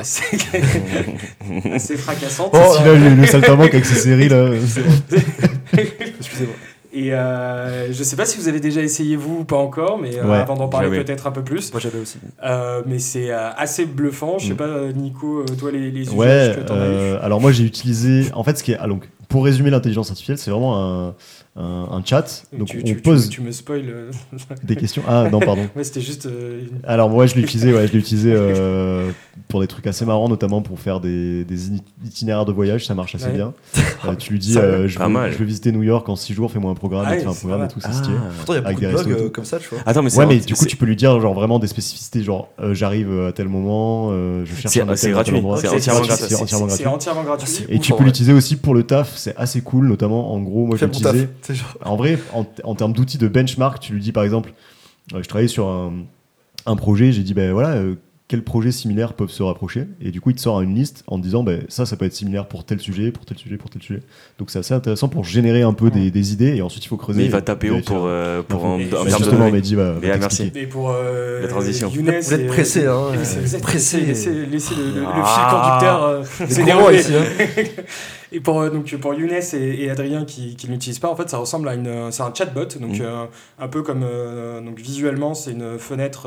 Speaker 1: assez fracassante.
Speaker 2: Oh,
Speaker 3: Si là, le saltimbanque avec ses séries là.
Speaker 2: Excusez-moi.
Speaker 1: Et je sais pas si vous avez déjà essayé vous ou pas encore, mais
Speaker 3: Ouais,
Speaker 1: avant d'en parler
Speaker 4: jamais.
Speaker 1: peut-être un peu plus.
Speaker 2: Moi j'avais aussi.
Speaker 1: Mais c'est assez bluffant. Je sais pas, Nico, toi les usages
Speaker 3: Ouais,
Speaker 1: que t'en as eu.
Speaker 3: alors moi j'ai utilisé. En fait, donc, pour résumer l'intelligence artificielle, c'est vraiment un chat. Donc on pose
Speaker 1: Tu me spoil.
Speaker 3: des questions. Ah non, pardon.
Speaker 1: Ouais, c'était juste.
Speaker 3: Alors moi je l'ai utilisé pour des trucs assez marrants, notamment pour faire des itinéraires de voyage, ça marche assez
Speaker 1: Ouais.
Speaker 3: bien. Tu lui dis
Speaker 2: Ça,
Speaker 3: je
Speaker 4: pas mal.
Speaker 3: veux visiter New York en 6 jours, fais-moi un programme,
Speaker 1: Ah
Speaker 3: il te fait un
Speaker 1: oui,
Speaker 3: programme
Speaker 1: ça
Speaker 3: et
Speaker 1: va.
Speaker 3: tout, c'est stylé.
Speaker 2: Pourtant, il y a
Speaker 3: Avec
Speaker 2: beaucoup de
Speaker 3: des restos et
Speaker 2: blogs
Speaker 3: tout.
Speaker 2: comme ça, tu vois.
Speaker 4: Attends, mais c'est
Speaker 3: Ouais, mais du coup tu peux lui dire genre vraiment des spécificités, genre j'arrive à tel moment, je cherche un
Speaker 4: c'est
Speaker 3: hôtel à tel
Speaker 4: gratuit,
Speaker 3: endroit.
Speaker 4: c'est entièrement gratuit.
Speaker 3: C'est entièrement
Speaker 1: C'est
Speaker 3: gratuit.
Speaker 1: entièrement gratuit.
Speaker 3: Et tu
Speaker 2: Ouf,
Speaker 3: peux
Speaker 2: ouais.
Speaker 3: l'utiliser aussi pour le taf, c'est assez cool, notamment en gros, moi je
Speaker 2: Fais mon taf.
Speaker 3: l'utilisais.
Speaker 2: C'est genre.
Speaker 3: En vrai, en termes d'outils de benchmark, tu lui dis par exemple, je travaillais sur un projet, j'ai dit, ben voilà, quels projets similaires peuvent se rapprocher. Et du coup, il te sort une liste en te disant, ben ça peut être similaire pour tel sujet, pour tel sujet, pour tel sujet. Donc c'est assez intéressant pour générer un peu des idées et ensuite il faut creuser.
Speaker 4: Mais il va taper haut pour en termes de
Speaker 3: justement,
Speaker 4: données.
Speaker 3: Mehdi va
Speaker 4: merci.
Speaker 1: Et pour
Speaker 4: la transition.
Speaker 1: Younes,
Speaker 2: Vous êtes pressé, hein.
Speaker 1: Vous êtes pressé. Laissez le fil
Speaker 4: Ah.
Speaker 1: conducteur
Speaker 2: C'est courant
Speaker 1: s'énerver.
Speaker 2: ici, hein.
Speaker 1: Et pour Younes et Adrien qui ne l'utilisent pas, en fait, ça ressemble à c'est un chatbot, donc un peu comme donc visuellement, c'est une fenêtre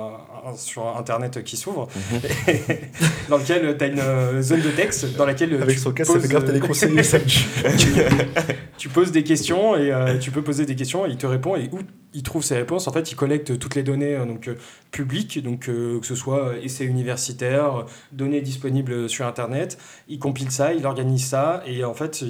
Speaker 1: sur Internet qui s'ouvre, dans lequel tu as une zone de texte dans laquelle
Speaker 2: Avec
Speaker 1: tu
Speaker 2: son casque, ça fait grave téléconseiller, ça me tue.
Speaker 1: tu poses des questions et tu peux poser des questions et il te répond et où il trouve ses réponses. En fait, il collecte toutes les données publiques, donc que ce soit essais universitaires, données disponibles sur Internet. Il compile ça, il organise ça et en fait,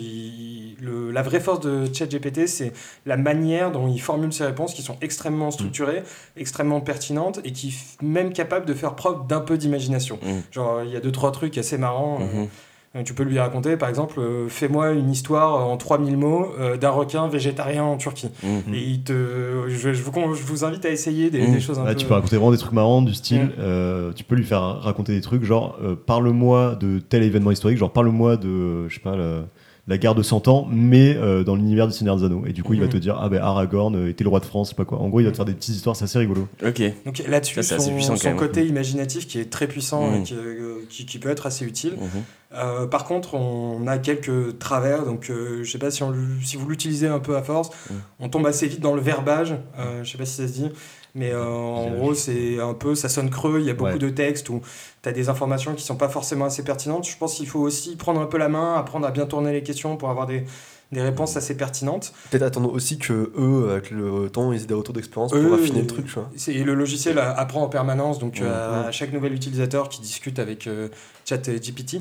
Speaker 1: la vraie force de ChatGPT, c'est la manière dont il formule ses réponses qui sont extrêmement structurées, extrêmement pertinentes et qui même capables de faire preuve d'un peu d'imagination. Genre, il y a 2-3 trucs assez marrants. Tu peux lui raconter, par exemple, fais-moi une histoire en 3000 mots d'un requin végétarien en Turquie. Et je vous invite à essayer des choses un peu...
Speaker 3: Tu peux raconter vraiment des trucs marrants du style, tu peux lui faire raconter des trucs genre, parle-moi de tel événement historique, genre parle-moi de, je sais pas, la guerre de 100 ans, mais dans l'univers du Seigneur des Anneaux. Et du coup, il va te dire, Aragorn était le roi de France, je sais pas quoi. En gros, il va te faire des petites histoires, c'est assez rigolo.
Speaker 4: Ok.
Speaker 1: Donc là-dessus,
Speaker 4: Ça, c'est assez puissant,
Speaker 1: son
Speaker 4: quand même.
Speaker 1: côté imaginatif qui est très puissant et qui peut être assez utile. Par contre, on a quelques travers, donc je sais pas si vous l'utilisez un peu à force, on tombe assez vite dans le verbage, je sais pas si ça se dit, mais en gros, c'est un peu, ça sonne creux, il y a beaucoup de textes où tu as des informations qui sont pas forcément assez pertinentes. Je pense qu'il faut aussi prendre un peu la main, apprendre à bien tourner les questions pour avoir des réponses assez pertinentes.
Speaker 2: Peut-être attendre aussi que eux, avec le temps, ils aient des retours d'expérience pour affiner le truc. Tu vois.
Speaker 1: Le logiciel apprend en permanence, donc à chaque nouvel utilisateur qui discute avec ChatGPT,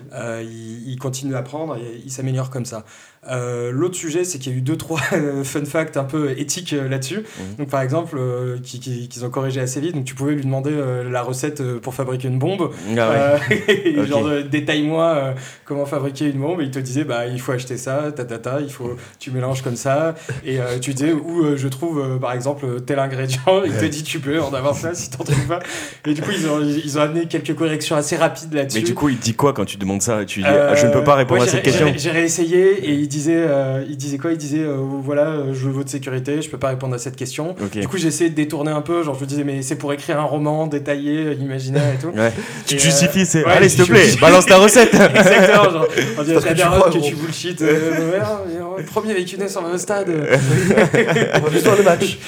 Speaker 1: il continue à apprendre et il s'améliore comme ça. L'autre sujet, c'est qu'il y a eu 2-3 fun facts un peu éthiques là-dessus. Donc par exemple, qu'ils ont corrigé assez vite. Donc tu pouvais lui demander la recette pour fabriquer une bombe. Genre détaille-moi comment fabriquer une bombe. Et il te disait il faut acheter ça, tu mélanges comme ça. Et tu disais où je trouve par exemple tel ingrédient. Il te dit tu peux en avoir ça si t'en trouves pas. Et du coup ils ont amené quelques corrections assez rapides là-dessus.
Speaker 4: Mais du coup il te dit quoi quand tu demandes ça? Tu dis je ne peux pas répondre à cette question.
Speaker 1: J'ai réessayé et il disait quoi? Il disait voilà, je veux votre sécurité, je peux pas répondre à cette question. Du coup j'ai essayé de détourner un peu, genre je me disais mais c'est pour écrire un roman détaillé, imaginaire et tout.
Speaker 4: Tu te justifies, allez s'il te plaît, balance ta recette.
Speaker 1: Exactement, genre on dirait ta daronne que tu bullshit. Premier avec Younes en stade.
Speaker 2: On va juste voir le match.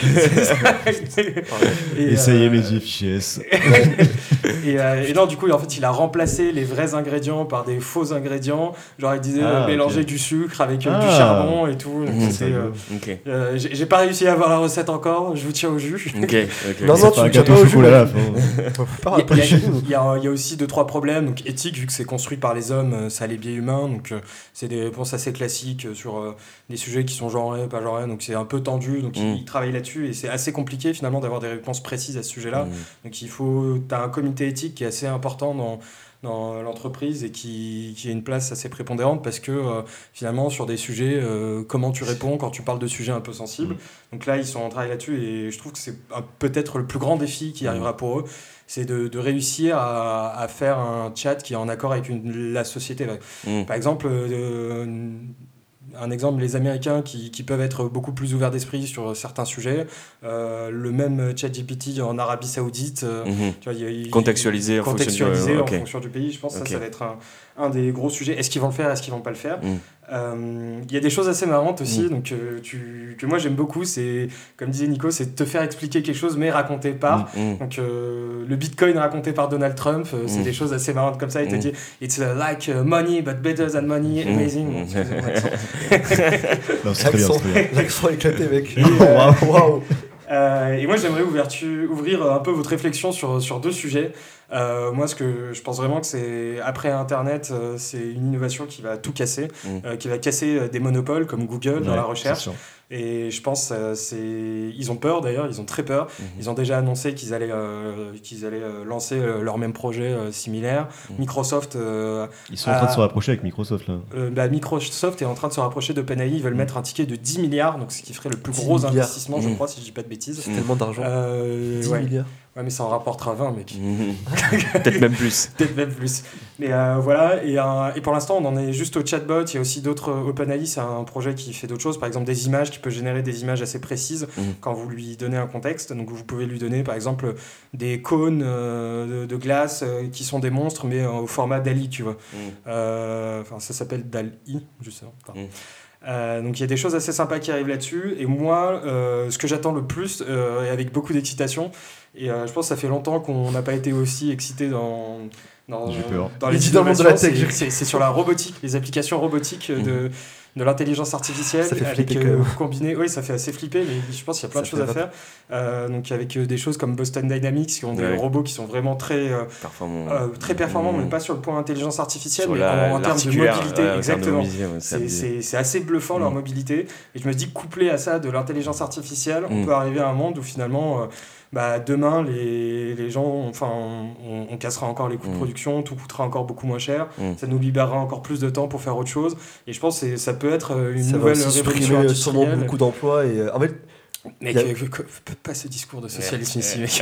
Speaker 3: Essayez mes fichiers S.
Speaker 1: Et non, du coup, en fait, il a remplacé les vrais ingrédients par des faux ingrédients. Genre, il disait mélanger du sucre avec du charbon et tout. J'ai pas réussi à avoir la recette encore, je vous tiens au jus.
Speaker 2: Non, tu tiens pas au jus.
Speaker 1: Il y a aussi 2-3 problèmes donc éthiques, vu que c'est construit par les hommes, ça a les biais humains. Donc, c'est des réponses assez classiques sur des sujets qui sont genrés, pas genrés. Donc, c'est un peu tendu. Donc, il travaille là-dessus et c'est assez compliqué finalement d'avoir des réponses précises à ce sujet-là. Donc, t'as un comité éthique qui est assez important dans l'entreprise et qui a une place assez prépondérante parce que finalement sur des sujets comment tu réponds quand tu parles de sujets un peu sensibles. Donc là ils sont en travail là-dessus et je trouve que c'est peut-être le plus grand défi qui arrivera pour eux, c'est de réussir à faire un chat qui est en accord avec la société. Par exemple un exemple, les Américains qui peuvent être beaucoup plus ouverts d'esprit sur certains sujets. Le même ChatGPT en Arabie Saoudite, tu vois,
Speaker 4: contextualisé en
Speaker 1: fonction du pays. Je pense que ça va être un des gros sujets. Est-ce qu'ils vont le faire, est-ce qu'ils vont pas le faire? Il y a des choses assez marrantes aussi, donc que moi j'aime beaucoup. C'est comme disait Nico, c'est de te faire expliquer quelque chose mais raconté par. Donc le Bitcoin raconté par Donald Trump, c'est des choses assez marrantes comme ça. Il te dit it's like money but better than money, amazing.
Speaker 2: L'accent éclaté, mec.
Speaker 1: Waouh. Et moi j'aimerais ouvrir un peu votre réflexion sur 2 sujets. Moi ce que je pense vraiment que c'est après Internet, c'est une innovation qui va tout casser, qui va casser des monopoles comme Google dans la recherche. Et je pense ils ont peur d'ailleurs, ils ont très peur. Ils ont déjà annoncé qu'ils allaient lancer leur même projet similaire. Microsoft
Speaker 3: ils sont en train de se rapprocher avec Microsoft là.
Speaker 1: Microsoft est en train de se rapprocher d'OpenAI, ils veulent mettre un ticket de 10 milliards, donc ce qui ferait le plus gros investissement, je crois, si je dis pas de bêtises.
Speaker 2: C'est tellement d'argent. 10 milliards.
Speaker 1: Ouais, mais ça en rapportera 20, mec.
Speaker 4: Peut-être même plus.
Speaker 1: Peut-être même plus. Mais voilà, et pour l'instant, on en est juste au chatbot. Il y a aussi d'autres. OpenAI, c'est un projet qui fait d'autres choses. Par exemple, des images, qui peut générer des images assez précises quand vous lui donnez un contexte. Donc, vous pouvez lui donner, par exemple, des cônes de glace qui sont des monstres, mais au format DALL-E, tu vois. Enfin, ça s'appelle DALL-E, je sais pas. Donc il y a des choses assez sympas qui arrivent là-dessus, et moi ce que j'attends le plus et avec beaucoup d'excitation, et je pense que ça fait longtemps qu'on n'a pas été aussi excité dans les innovations, c'est sur la robotique, les applications robotiques de l'intelligence artificielle,
Speaker 2: ça fait
Speaker 1: avec combiné, oui, ça fait assez flipper, mais je pense qu'il y a plein de choses à faire. Donc avec des choses comme Boston Dynamics qui ont des robots qui sont vraiment très performants, mais pas sur le point intelligence artificielle, mais en termes de mobilité, exactement. C'est assez bluffant leur mobilité, et je me dis, couplé à ça de l'intelligence artificielle, on peut arriver à un monde où finalement demain les gens, enfin on cassera encore les coûts de production, tout coûtera encore beaucoup moins cher, ça nous libérera encore plus de temps pour faire autre chose, et je pense que ça peut être une nouvelle révolution industrielle.
Speaker 2: Sûrement beaucoup d'emplois, et en fait
Speaker 1: mec, pas ce discours de socialisme ici, mec.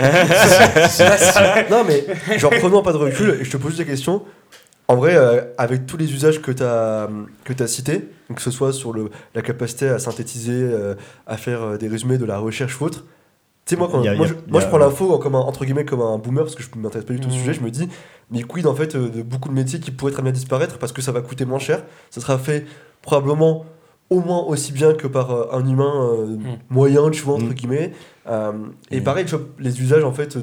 Speaker 2: Non mais genre, prenons pas de recul, et je te pose juste la question. En vrai, avec tous les usages que tu as cités, que ce soit sur la capacité à synthétiser, à faire des résumés de la recherche ou autre, tu sais, moi, je prends l'info comme entre guillemets comme un boomer, parce que je ne m'intéresse pas du tout au sujet, je me dis, mais quid en fait de beaucoup de métiers qui pourraient très bien disparaître parce que ça va coûter moins cher, ça sera fait probablement au moins aussi bien que par un humain moyen, tu vois, entre guillemets. Et pareil, tu vois, les usages en fait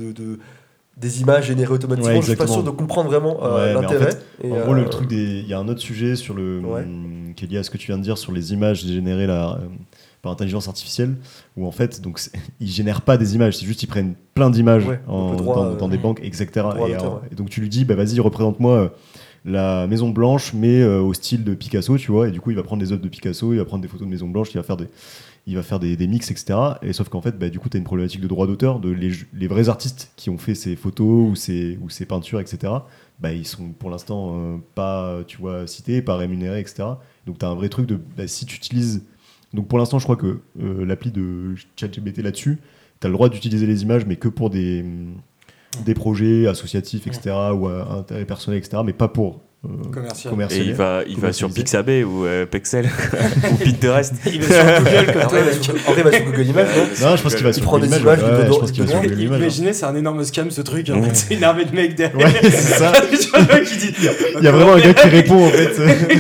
Speaker 2: des images générées automatiquement, je suis pas sûr de comprendre vraiment l'intérêt.
Speaker 3: En gros, le truc il y a un autre sujet sur qui est lié à ce que tu viens de dire sur les images générées par intelligence artificielle, où en fait donc ils génèrent pas des images, c'est juste ils prennent plein d'images dans des banques, etc. Et donc tu lui dis vas-y, représente-moi la Maison Blanche mais au style de Picasso, tu vois, et du coup il va prendre des œuvres de Picasso, il va prendre des photos de Maison Blanche, il va faire des mix, etc. Et sauf qu'en fait, du coup, tu as une problématique de droit d'auteur, les vrais artistes qui ont fait ces photos ou ces peintures, etc. Ils sont pour l'instant pas, tu vois, cités, pas rémunérés, etc. Donc tu as un vrai truc de si tu utilises. Donc pour l'instant, je crois que l'appli de ChatGPT là-dessus, tu as le droit d'utiliser les images, mais que pour des projets associatifs, etc. ou à intérêt personnel, etc. Mais pas pour commercial.
Speaker 4: Et il va sur Pixabay ou Pexel ou Pinterest.
Speaker 1: Il va sur Google comme toi.
Speaker 2: En vrai, il va sur Google Images.
Speaker 3: Non, je pense qu'il va sur Google Images. Je pense qu'il va sur Google Images.
Speaker 1: Imaginez, c'est un énorme scam ce truc. En fait, c'est une armée de mecs derrière.
Speaker 3: Ouais, c'est ça. Il y a vraiment un gars qui répond en fait.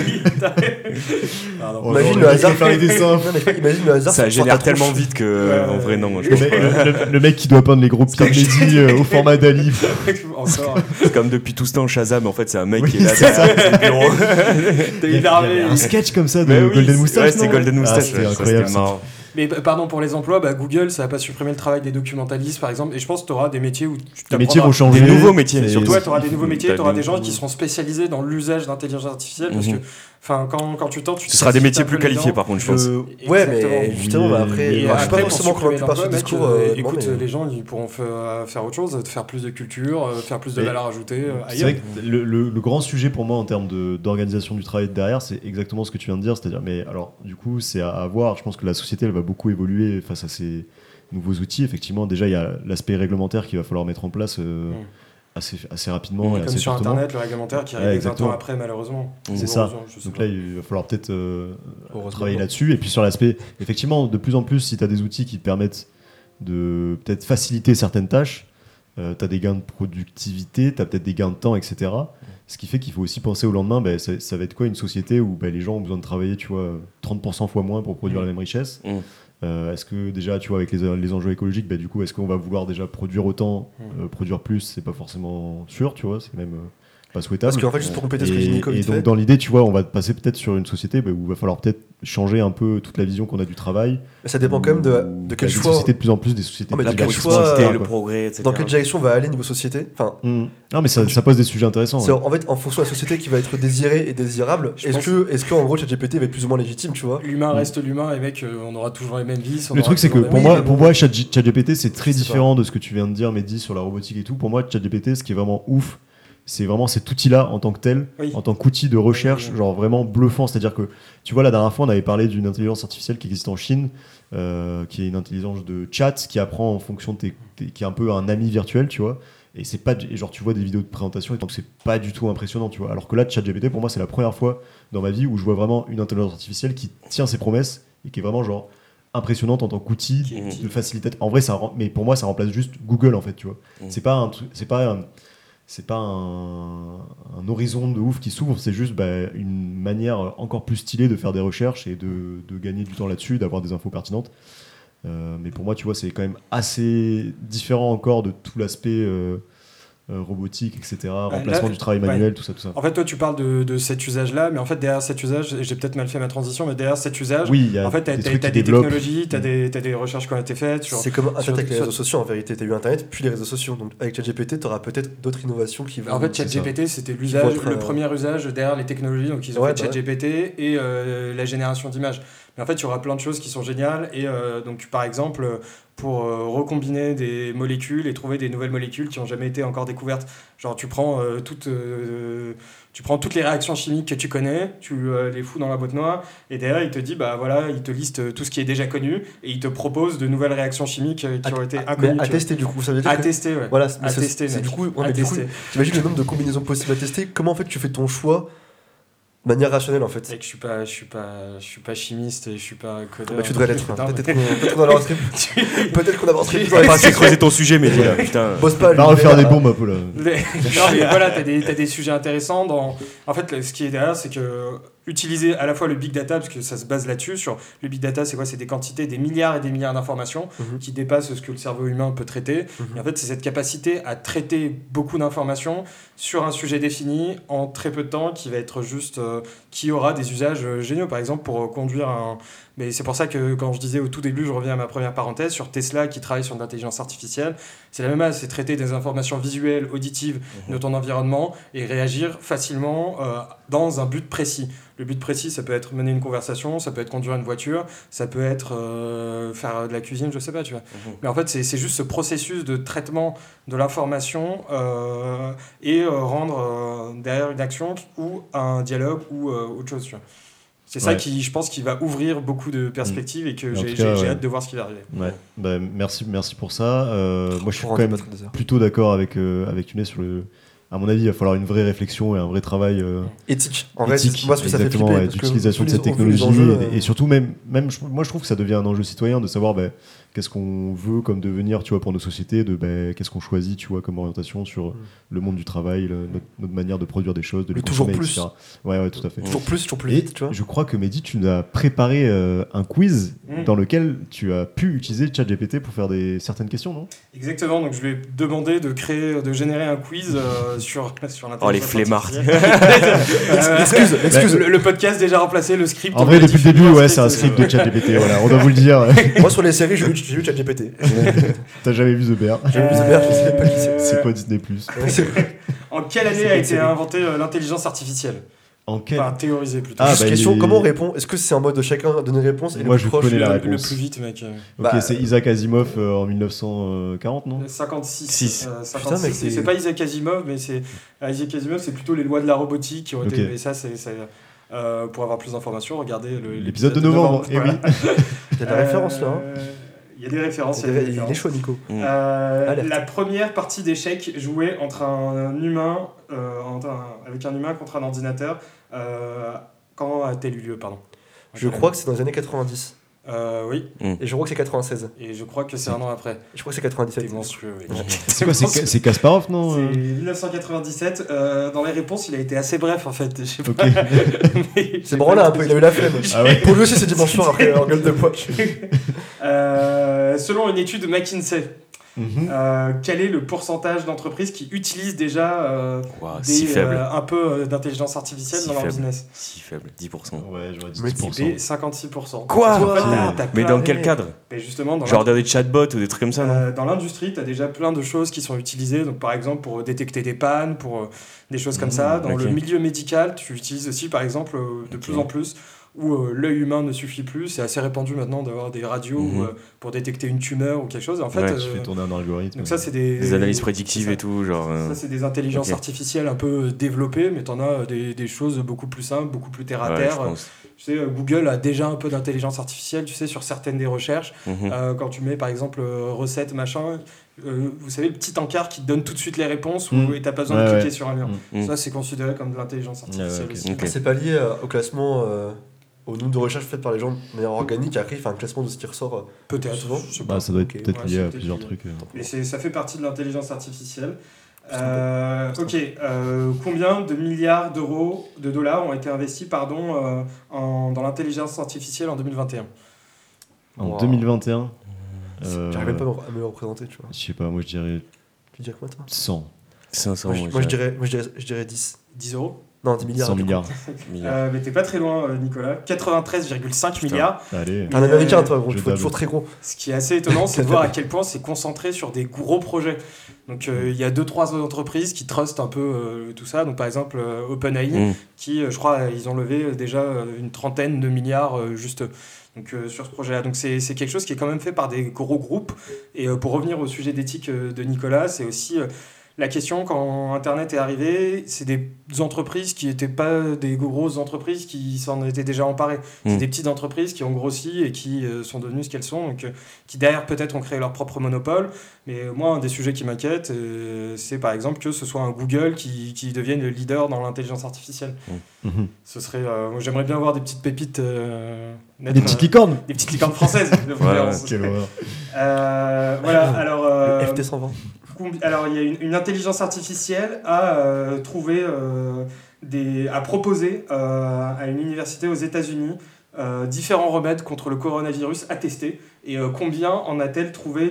Speaker 2: Imagine le hasard.
Speaker 3: Faire les dessins.
Speaker 2: Imagine le hasard.
Speaker 4: Ça génère tellement vite que en vrai non.
Speaker 3: Le mec qui doit peindre les gros pieds de Mehdi au format Dali.
Speaker 4: C'est comme depuis tout ce temps Shazam, en fait c'est un mec qui est là.
Speaker 3: Il y a un sketch comme ça de Golden Moustache.
Speaker 4: Ouais, c'est Golden Moustache.
Speaker 3: C'était incroyable.
Speaker 1: Mais pardon, pour les emplois, Google, ça va pas supprimer le travail des documentalistes, par exemple. Et je pense que tu auras des métiers où
Speaker 3: les métiers vont changer.
Speaker 4: Des nouveaux métiers.
Speaker 1: Surtout, tu auras des nouveaux métiers, tu auras des gens qui seront spécialisés dans l'usage d'intelligence artificielle. Parce que quand tu tentes,
Speaker 4: ce sera des métiers plus qualifiés, par contre, je pense.
Speaker 2: Ouais, mais justement, après, je sais pas forcément comment tu pars ce discours.
Speaker 1: Écoute, les gens, ils pourront faire autre chose, faire plus de culture, faire plus de valeur ajoutée ailleurs.
Speaker 3: C'est vrai que le grand sujet pour moi en termes d'organisation du travail derrière, c'est exactement ce que tu viens de dire. C'est-à-dire, mais alors, du coup, c'est à voir. Je pense que la société, elle va beaucoup évoluer face à ces nouveaux outils. Effectivement, déjà, il y a l'aspect réglementaire qu'il va falloir mettre en place assez rapidement.
Speaker 1: Comme sur Internet, le réglementaire qui arrive 20 ans après, malheureusement.
Speaker 3: C'est ça. Donc là, il va falloir peut-être travailler là-dessus. Et puis sur l'aspect, effectivement, de plus en plus, si tu as des outils qui te permettent de peut-être faciliter certaines tâches, tu as des gains de productivité, tu as peut-être des gains de temps, etc. Ce qui fait qu'il faut aussi penser au lendemain, ça va être quoi une société où les gens ont besoin de travailler 30% fois moins pour produire la même richesse. Est-ce que déjà, tu vois, avec les enjeux écologiques, du coup, est-ce qu'on va vouloir déjà produire autant, produire plus, c'est pas forcément sûr, tu vois, c'est même pas souhaitable.
Speaker 2: Parce qu'en fait, juste pour compléter ce que j'ai dit,
Speaker 3: et donc dans l'idée, tu vois, on va passer peut-être sur une société où il va falloir peut-être changer un peu toute la vision qu'on a du travail.
Speaker 2: Mais ça dépend quand même de quel choix.
Speaker 3: Des sociétés de plus en plus, des sociétés.
Speaker 2: La
Speaker 4: productivité, le progrès, etc.
Speaker 2: Dans quelle direction va aller niveau société.
Speaker 3: Non, mais ça pose des sujets intéressants.
Speaker 2: En fait, en fonction de la société qui va être désirée et désirable, est-ce qu'en gros, ChatGPT va être plus ou moins légitime, tu vois.
Speaker 1: L'humain reste l'humain, et mec, on aura toujours les mêmes vies.
Speaker 3: Le truc, c'est que pour moi, ChatGPT, c'est très différent de ce que tu viens de dire, Mehdi, sur la robotique et tout. Pour moi, ChatGPT, ce qui est vraiment ouf, c'est vraiment cet outil-là en tant que tel,
Speaker 1: Oui.
Speaker 3: en tant qu'outil de recherche,
Speaker 1: Oui.
Speaker 3: genre vraiment bluffant. C'est-à-dire que, tu vois, la dernière fois, on avait parlé d'une intelligence artificielle qui existe en Chine, qui est une intelligence de chat qui apprend en fonction de qui est un peu un ami virtuel, tu vois. Et c'est pas, et genre, tu vois des vidéos de présentation, et donc c'est pas du tout impressionnant, tu vois. Alors que là, ChatGPT, pour moi, c'est la première fois dans ma vie où je vois vraiment une intelligence artificielle qui tient ses promesses et qui est vraiment genre impressionnante en tant qu'outil
Speaker 1: Qui est utile.
Speaker 3: de facilitateur. En vrai, mais pour moi, ça remplace juste Google, en fait, tu vois. C'est pas un truc, c'est pas un horizon de ouf qui s'ouvre, c'est juste une manière encore plus stylée de faire des recherches et de gagner du temps là-dessus, d'avoir des infos pertinentes. Mais pour moi, tu vois, c'est quand même assez différent encore de tout l'aspect robotique, etc., remplacement du travail manuel, tout ça.
Speaker 1: En fait, toi, tu parles de cet usage-là, mais en fait, derrière cet usage, j'ai peut-être mal fait ma transition, mais derrière cet usage,
Speaker 3: oui, il y a
Speaker 1: en fait,
Speaker 3: des
Speaker 1: t'as
Speaker 3: trucs qui
Speaker 1: des
Speaker 3: développent.
Speaker 1: technologies, t'as des recherches qui ont été faites sur...
Speaker 2: C'est comme Internet avec les
Speaker 1: sur-
Speaker 2: réseaux sociaux en vérité. T'as eu Internet puis les réseaux sociaux. Donc avec ChatGPT, t'auras peut-être d'autres innovations qui vont.
Speaker 1: En fait,
Speaker 3: c'est ça.
Speaker 1: ChatGPT, c'était
Speaker 2: Qui vont être,
Speaker 1: le premier usage derrière les technologies. Donc, ils ont
Speaker 2: Ouais,
Speaker 1: fait ChatGPT et la génération d'images. Mais en fait, il y aura plein de choses qui sont géniales. Et donc, par exemple, pour recombiner des molécules et trouver des nouvelles molécules qui n'ont jamais été encore découvertes. Genre, tu prends toutes les réactions chimiques que tu connais, tu les fous dans la boîte noire, et derrière, il te dit, bah voilà, il te liste tout ce qui est déjà connu, et il te propose de nouvelles réactions chimiques qui ont été inconnues.
Speaker 2: Mais à
Speaker 1: tu vois.
Speaker 2: tester du coup, ça veut dire
Speaker 1: À
Speaker 2: que.
Speaker 1: tester, ouais.
Speaker 2: Voilà,
Speaker 1: À tester,
Speaker 2: c'est
Speaker 1: mec.
Speaker 2: du coup,
Speaker 1: À
Speaker 2: du coup,
Speaker 1: tester.
Speaker 2: t'imagines le nombre de combinaisons possibles à tester. Comment en fait tu fais ton choix de manière rationnelle en fait.
Speaker 1: Mec, je suis pas chimiste et je suis pas codeur.
Speaker 2: Bah, tu devrais l'être.
Speaker 1: Putain,
Speaker 2: Peut-être qu'on avancerait plus. Peut-être qu'on avancerait plus dans les
Speaker 4: Pas assez
Speaker 2: parties.
Speaker 4: creuser ton sujet, mais voilà, putain.
Speaker 2: Bosse pas.
Speaker 3: Va refaire des bombes un peu là.
Speaker 1: Non, mais voilà, t'as des sujets intéressants. En fait, ce qui est derrière, c'est que utiliser à la fois le big data, parce que ça se base là-dessus, sur le big data, c'est quoi? C'est des quantités, des milliards et des milliards d'informations qui dépassent ce que le cerveau humain peut traiter. Et en fait, c'est cette capacité à traiter beaucoup d'informations sur un sujet défini en très peu de temps qui va être juste, qui aura des usages géniaux. Par exemple, pour conduire un... Mais c'est pour ça que quand je disais au tout début, je reviens à ma première parenthèse, sur Tesla qui travaille sur l'intelligence artificielle, c'est la même base, c'est traiter des informations visuelles, auditives de ton environnement et réagir facilement dans un but précis. Le but précis, ça peut être mener une conversation, ça peut être conduire une voiture, ça peut être faire de la cuisine, je sais pas, tu vois. Mais en fait, c'est juste ce processus de traitement de l'information et rendre derrière une action ou un dialogue ou autre chose, tu vois. C'est ça qui, je pense, qui va ouvrir beaucoup de perspectives et que
Speaker 3: En tout
Speaker 1: j'ai
Speaker 3: cas,
Speaker 1: hâte de voir ce qui va arriver.
Speaker 3: Ouais. Bah, merci pour ça. Moi, je suis
Speaker 2: Pour
Speaker 3: quand même
Speaker 2: rentrer pas trop des heures.
Speaker 3: plutôt d'accord avec Younes sur le. À mon avis, il va falloir une vraie réflexion et un vrai travail
Speaker 2: Éthique. En vrai,
Speaker 3: éthique,
Speaker 2: moi, ce que ça fait
Speaker 3: exactement,
Speaker 2: flipper.
Speaker 3: ouais,
Speaker 2: parce que
Speaker 3: d'utilisation de
Speaker 2: vu
Speaker 3: cette
Speaker 2: les- vu les
Speaker 3: technologie
Speaker 2: enjeux,
Speaker 3: et surtout même moi je trouve que ça devient un enjeu citoyen de savoir qu'est-ce qu'on veut comme devenir, tu vois, pour nos sociétés, qu'est-ce qu'on choisit, tu vois, comme orientation sur le monde du travail, notre manière de produire des choses, de les
Speaker 2: Le toujours
Speaker 3: consommer,
Speaker 2: plus.
Speaker 3: etc. Ouais, tout à fait.
Speaker 2: toujours plus
Speaker 3: Et
Speaker 2: vite, tu vois.
Speaker 3: je crois que Mehdi, tu nous as préparé un quiz dans lequel tu as pu utiliser ChatGPT pour faire certaines questions, non?
Speaker 1: Exactement, donc je lui ai demandé de générer un quiz sur l'intelligence
Speaker 4: Oh, les flemmards.
Speaker 1: artificielle.
Speaker 2: Excuse.
Speaker 1: Le podcast déjà remplacé, le script.
Speaker 3: En vrai, depuis le début, ouais, c'est un script de ChatGPT, voilà, on doit vous le dire.
Speaker 2: Moi, sur les séries, j'ai lu ChatGPT.
Speaker 3: T'as jamais vu The Bear?
Speaker 2: J'ai lu The Bear, je sais pas qui c'est.
Speaker 3: C'est quoi Disney+.
Speaker 1: En quelle année a été inventée l'intelligence artificielle?
Speaker 3: En quel...
Speaker 1: Enfin, théorisée plutôt.
Speaker 3: Ah,
Speaker 2: Juste
Speaker 3: bah,
Speaker 2: question,
Speaker 3: il est-
Speaker 2: comment on répond? Est-ce que c'est en mode de chacun donner réponse et
Speaker 3: Moi,
Speaker 2: le
Speaker 3: je
Speaker 2: plus proche
Speaker 3: connais la
Speaker 1: le
Speaker 3: réponse.
Speaker 1: plus vite, mec.
Speaker 3: Ok,
Speaker 2: Bah,
Speaker 3: c'est Isaac Asimov en 1940, non?
Speaker 1: 56.
Speaker 4: Six.
Speaker 1: 56.
Speaker 2: Putain, mec,
Speaker 1: c'est pas Isaac Asimov, mais c'est Isaac Asimov, c'est plutôt les lois de la robotique qui ont été.
Speaker 3: Ok.
Speaker 1: Mais ça, pour avoir plus d'informations, regardez
Speaker 3: L'épisode de novembre, eh oui.
Speaker 2: il y a de la référence là. hein.
Speaker 1: Il y a des références.
Speaker 2: Il est chaud, Nico. Alerte.
Speaker 1: La première partie d'échecs jouée entre un humain, avec un humain contre un ordinateur. Quand a-t-elle eu lieu, pardon?
Speaker 2: Je crois que c'est dans les années 90.
Speaker 1: Oui,
Speaker 2: Et je crois que c'est 96.
Speaker 1: et je crois que c'est un an après.
Speaker 2: Je crois que c'est 97.
Speaker 1: C'est monstrueux, oui.
Speaker 3: C'est quoi? C'est Kasparov, non?
Speaker 1: C'est 1997. Dans les réponses, il a été assez bref en fait. Je sais
Speaker 3: Ok.
Speaker 1: pas. Mais-
Speaker 2: C'est branlé un peu, il a eu la flemme.
Speaker 3: Ah ouais.
Speaker 2: Pour lui aussi, c'est dimanche soir après en gueule de poids.
Speaker 1: Selon une étude McKinsey,
Speaker 3: Mhm.
Speaker 1: quel est le pourcentage d'entreprises qui utilisent déjà
Speaker 4: Ouah, si faible.
Speaker 1: un peu d'intelligence artificielle
Speaker 4: Si
Speaker 1: dans leur
Speaker 4: faible.
Speaker 1: business?
Speaker 4: Si faible, 10%.
Speaker 3: Ouais, j'aurais dit
Speaker 2: Mais
Speaker 3: 10%.
Speaker 1: Et 56%.
Speaker 4: Quoi
Speaker 1: En fait,
Speaker 2: Wow.
Speaker 1: t'as
Speaker 4: Mais
Speaker 1: plein-
Speaker 4: dans quel cadre?
Speaker 1: Mais justement,
Speaker 4: Genre des chatbots ou des trucs comme ça, non?
Speaker 1: dans l'industrie, tu as déjà plein de choses qui sont utilisées. Donc, par exemple, pour détecter des pannes, pour des choses comme ça. Dans
Speaker 4: ok.
Speaker 1: le milieu médical, tu utilises aussi, par exemple, de
Speaker 4: Ok.
Speaker 1: plus en plus où l'œil humain ne suffit plus. C'est assez répandu maintenant d'avoir des radios pour détecter une tumeur ou quelque chose. En fait,
Speaker 3: tu fais tourner un algorithme.
Speaker 1: donc ça, c'est
Speaker 4: Des analyses prédictives et tout, genre.
Speaker 1: Ça, c'est des intelligences artificielles un peu développées, mais t'en as des choses beaucoup plus simples, beaucoup plus terre à terre. Tu sais, Google a déjà un peu d'intelligence artificielle, tu sais, sur certaines des recherches. Quand tu mets, par exemple, recette, machin, vous savez, le petit encart qui te donne tout de suite les réponses et t'as pas besoin de cliquer sur un lien. Ça, c'est considéré comme de l'intelligence artificielle aussi.
Speaker 2: C'est pas lié au classement, au nombre de recherches faites par les gens de manière organique. Après, il fait un classement de ce qui ressort.
Speaker 1: Peut-être,
Speaker 2: souvent.
Speaker 1: je sais pas.
Speaker 3: Ça doit être peut-être lié à plusieurs trucs.
Speaker 1: Et ça fait partie de l'intelligence artificielle. Combien de milliards de dollars ont été investis dans l'intelligence artificielle en 2021 ?
Speaker 3: En 2021
Speaker 2: J'arrive même pas à me le représenter, tu vois.
Speaker 3: Je sais pas, moi je dirais.
Speaker 2: Tu dirais quoi, toi ?
Speaker 3: 100.
Speaker 4: 500,
Speaker 2: moi je dirais 10.
Speaker 1: 10 euros ?
Speaker 2: Non, 10 milliards.
Speaker 3: 100 milliards.
Speaker 1: Mais t'es pas très loin, Nicolas. 93,5 milliards.
Speaker 3: Allez.
Speaker 2: Un américain, toi, gros, tu faut être toujours très gros.
Speaker 1: Ce qui est assez étonnant, c'est de voir à quel point c'est concentré sur des gros projets. Donc il y a 2-3 entreprises qui trustent un peu tout ça. Donc par exemple OpenAI, qui je crois ils ont levé déjà une trentaine de milliards juste sur ce projet-là. Donc c'est quelque chose qui est quand même fait par des gros groupes. Et pour revenir au sujet d'éthique de Nicolas, c'est aussi la question quand Internet est arrivé, c'est des entreprises qui n'étaient pas des grosses entreprises qui s'en étaient déjà emparées. C'est des petites entreprises qui ont grossi et qui sont devenues ce qu'elles sont, donc, qui derrière peut-être ont créé leur propre monopole. Mais moi, un des sujets qui m'inquiète, c'est par exemple que ce soit un Google qui devienne le leader dans l'intelligence artificielle. Ce serait, moi, j'aimerais bien voir des petites pépites.
Speaker 3: Des petites licornes.
Speaker 1: Des petites licornes françaises.
Speaker 3: Quelle horreur.
Speaker 1: Voilà, alors...
Speaker 2: FT120.
Speaker 1: Alors, il y a une intelligence artificielle a proposé à une université aux États-Unis différents remèdes contre le coronavirus à tester. Et combien en a-t-elle trouvé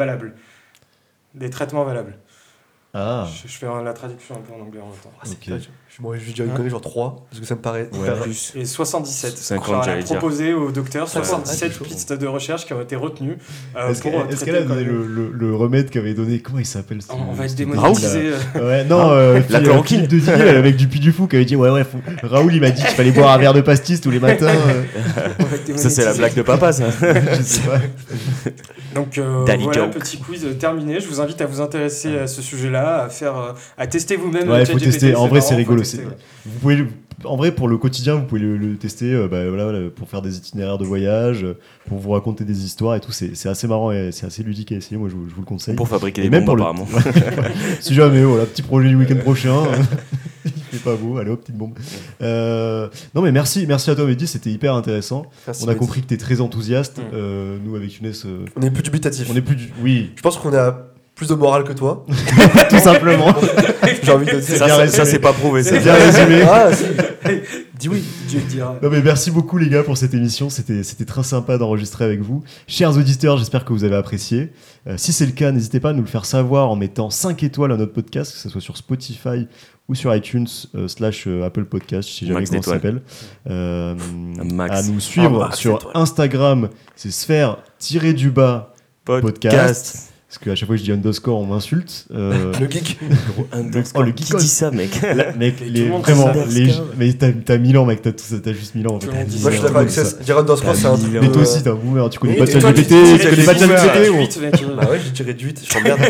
Speaker 1: des traitements valables? Je fais la traduction un peu en anglais en même temps.
Speaker 2: Je dirais connais genre 3, parce que ça me paraît
Speaker 1: plus. Et 77.
Speaker 4: 50,
Speaker 1: elle a proposé au docteur 77 pistes de recherche qui ont été retenues.
Speaker 3: Est-ce qu'elle a donné le remède qu'avait donné, comment il s'appelle
Speaker 1: On va être démonétisé.
Speaker 3: La chloroquine de Didier avec du Puy du Fou qui avait dit Raoul il m'a dit qu'il fallait boire un verre de pastis tous les matins.
Speaker 4: Ça c'est la blague de papa ça.
Speaker 3: Je sais pas.
Speaker 1: Donc voilà, petit quiz terminé. Je vous invite à vous intéresser à ce sujet-là, à tester vous-même.
Speaker 3: Ouais, il faut tester. En vrai, c'est rigolo.
Speaker 1: Tester,
Speaker 3: Vous pouvez, en vrai, pour le quotidien, vous pouvez le tester pour faire des itinéraires de voyage, pour vous raconter des histoires et tout. C'est assez marrant et c'est assez ludique à essayer. Moi, je vous le conseille.
Speaker 4: Pour fabriquer
Speaker 3: et
Speaker 4: des
Speaker 3: même
Speaker 4: bombes, apparemment.
Speaker 3: Si jamais, petit projet du week-end prochain. Il fait pas beau. Allez, petite bombe. Non, mais merci à toi, Mehdi. C'était hyper intéressant. Merci, on a compris que t'es très enthousiaste. Nous, avec Younes,
Speaker 2: on est plus dubitatif.
Speaker 3: Oui.
Speaker 2: Je pense qu'on a plus de morale que toi.
Speaker 3: Tout simplement.
Speaker 2: J'ai envie de dire
Speaker 4: ça c'est pas prouvé.
Speaker 3: C'est bien résumé.
Speaker 2: Dis oui.
Speaker 1: Dieu le dira.
Speaker 3: Non mais merci beaucoup les gars pour cette émission. C'était très sympa d'enregistrer avec vous. Chers auditeurs, j'espère que vous avez apprécié. Si c'est le cas, n'hésitez pas à nous le faire savoir en mettant 5 étoiles à notre podcast, que ce soit sur Spotify ou sur iTunes / Apple Podcast, si jamais comment ça s'appelle. À nous suivre sur Instagram, c'est sphère-du-bas podcast. Parce qu'à chaque fois que je dis underscore, on m'insulte.
Speaker 2: Le geek.
Speaker 4: Le geek. Qui dit ça, mec?
Speaker 3: Mec, vraiment, mais t'as 1000 ans, mec, t'as juste 1000 ans. En fait.
Speaker 2: Moi, je suis d'accord avec ça. Dire underscore, c'est un truc.
Speaker 3: Mais toi aussi, t'es un boomer. Tu connais pas de ChatGPT, tu connais pas de ChatGPT.
Speaker 2: Bah ouais, j'ai tiré de 8, je t'emmerde.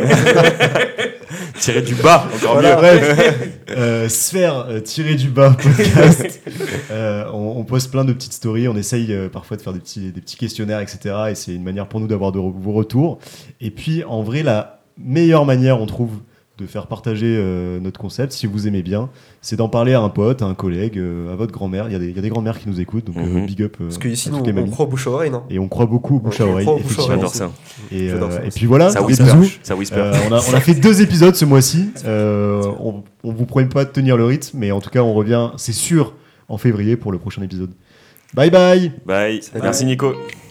Speaker 4: Tirer du bas, encore
Speaker 3: mieux. Bref, sphère-du-bas podcast. On poste plein de petites stories. On essaye parfois de faire des petits questionnaires, etc. Et c'est une manière pour nous d'avoir de vos retours. Et puis, en vrai, la meilleure manière, on trouve, de faire partager notre concept, si vous aimez bien, c'est d'en parler à un pote, à un collègue, à votre grand-mère. Il y a des grand-mères qui nous écoutent, donc big up.
Speaker 2: Parce qu'ici, on croit au bouche à oreille, non?
Speaker 3: Et on croit beaucoup au bouche à oreille.
Speaker 4: J'adore ça.
Speaker 3: Et puis voilà,
Speaker 4: ça
Speaker 3: des bisous.
Speaker 4: Ça whisper.
Speaker 3: On a fait 2 épisodes ce mois-ci. On vous promet pas de tenir le rythme, mais en tout cas, on revient, c'est sûr, en février pour le prochain épisode. Bye bye.
Speaker 4: Bye. Merci Nico.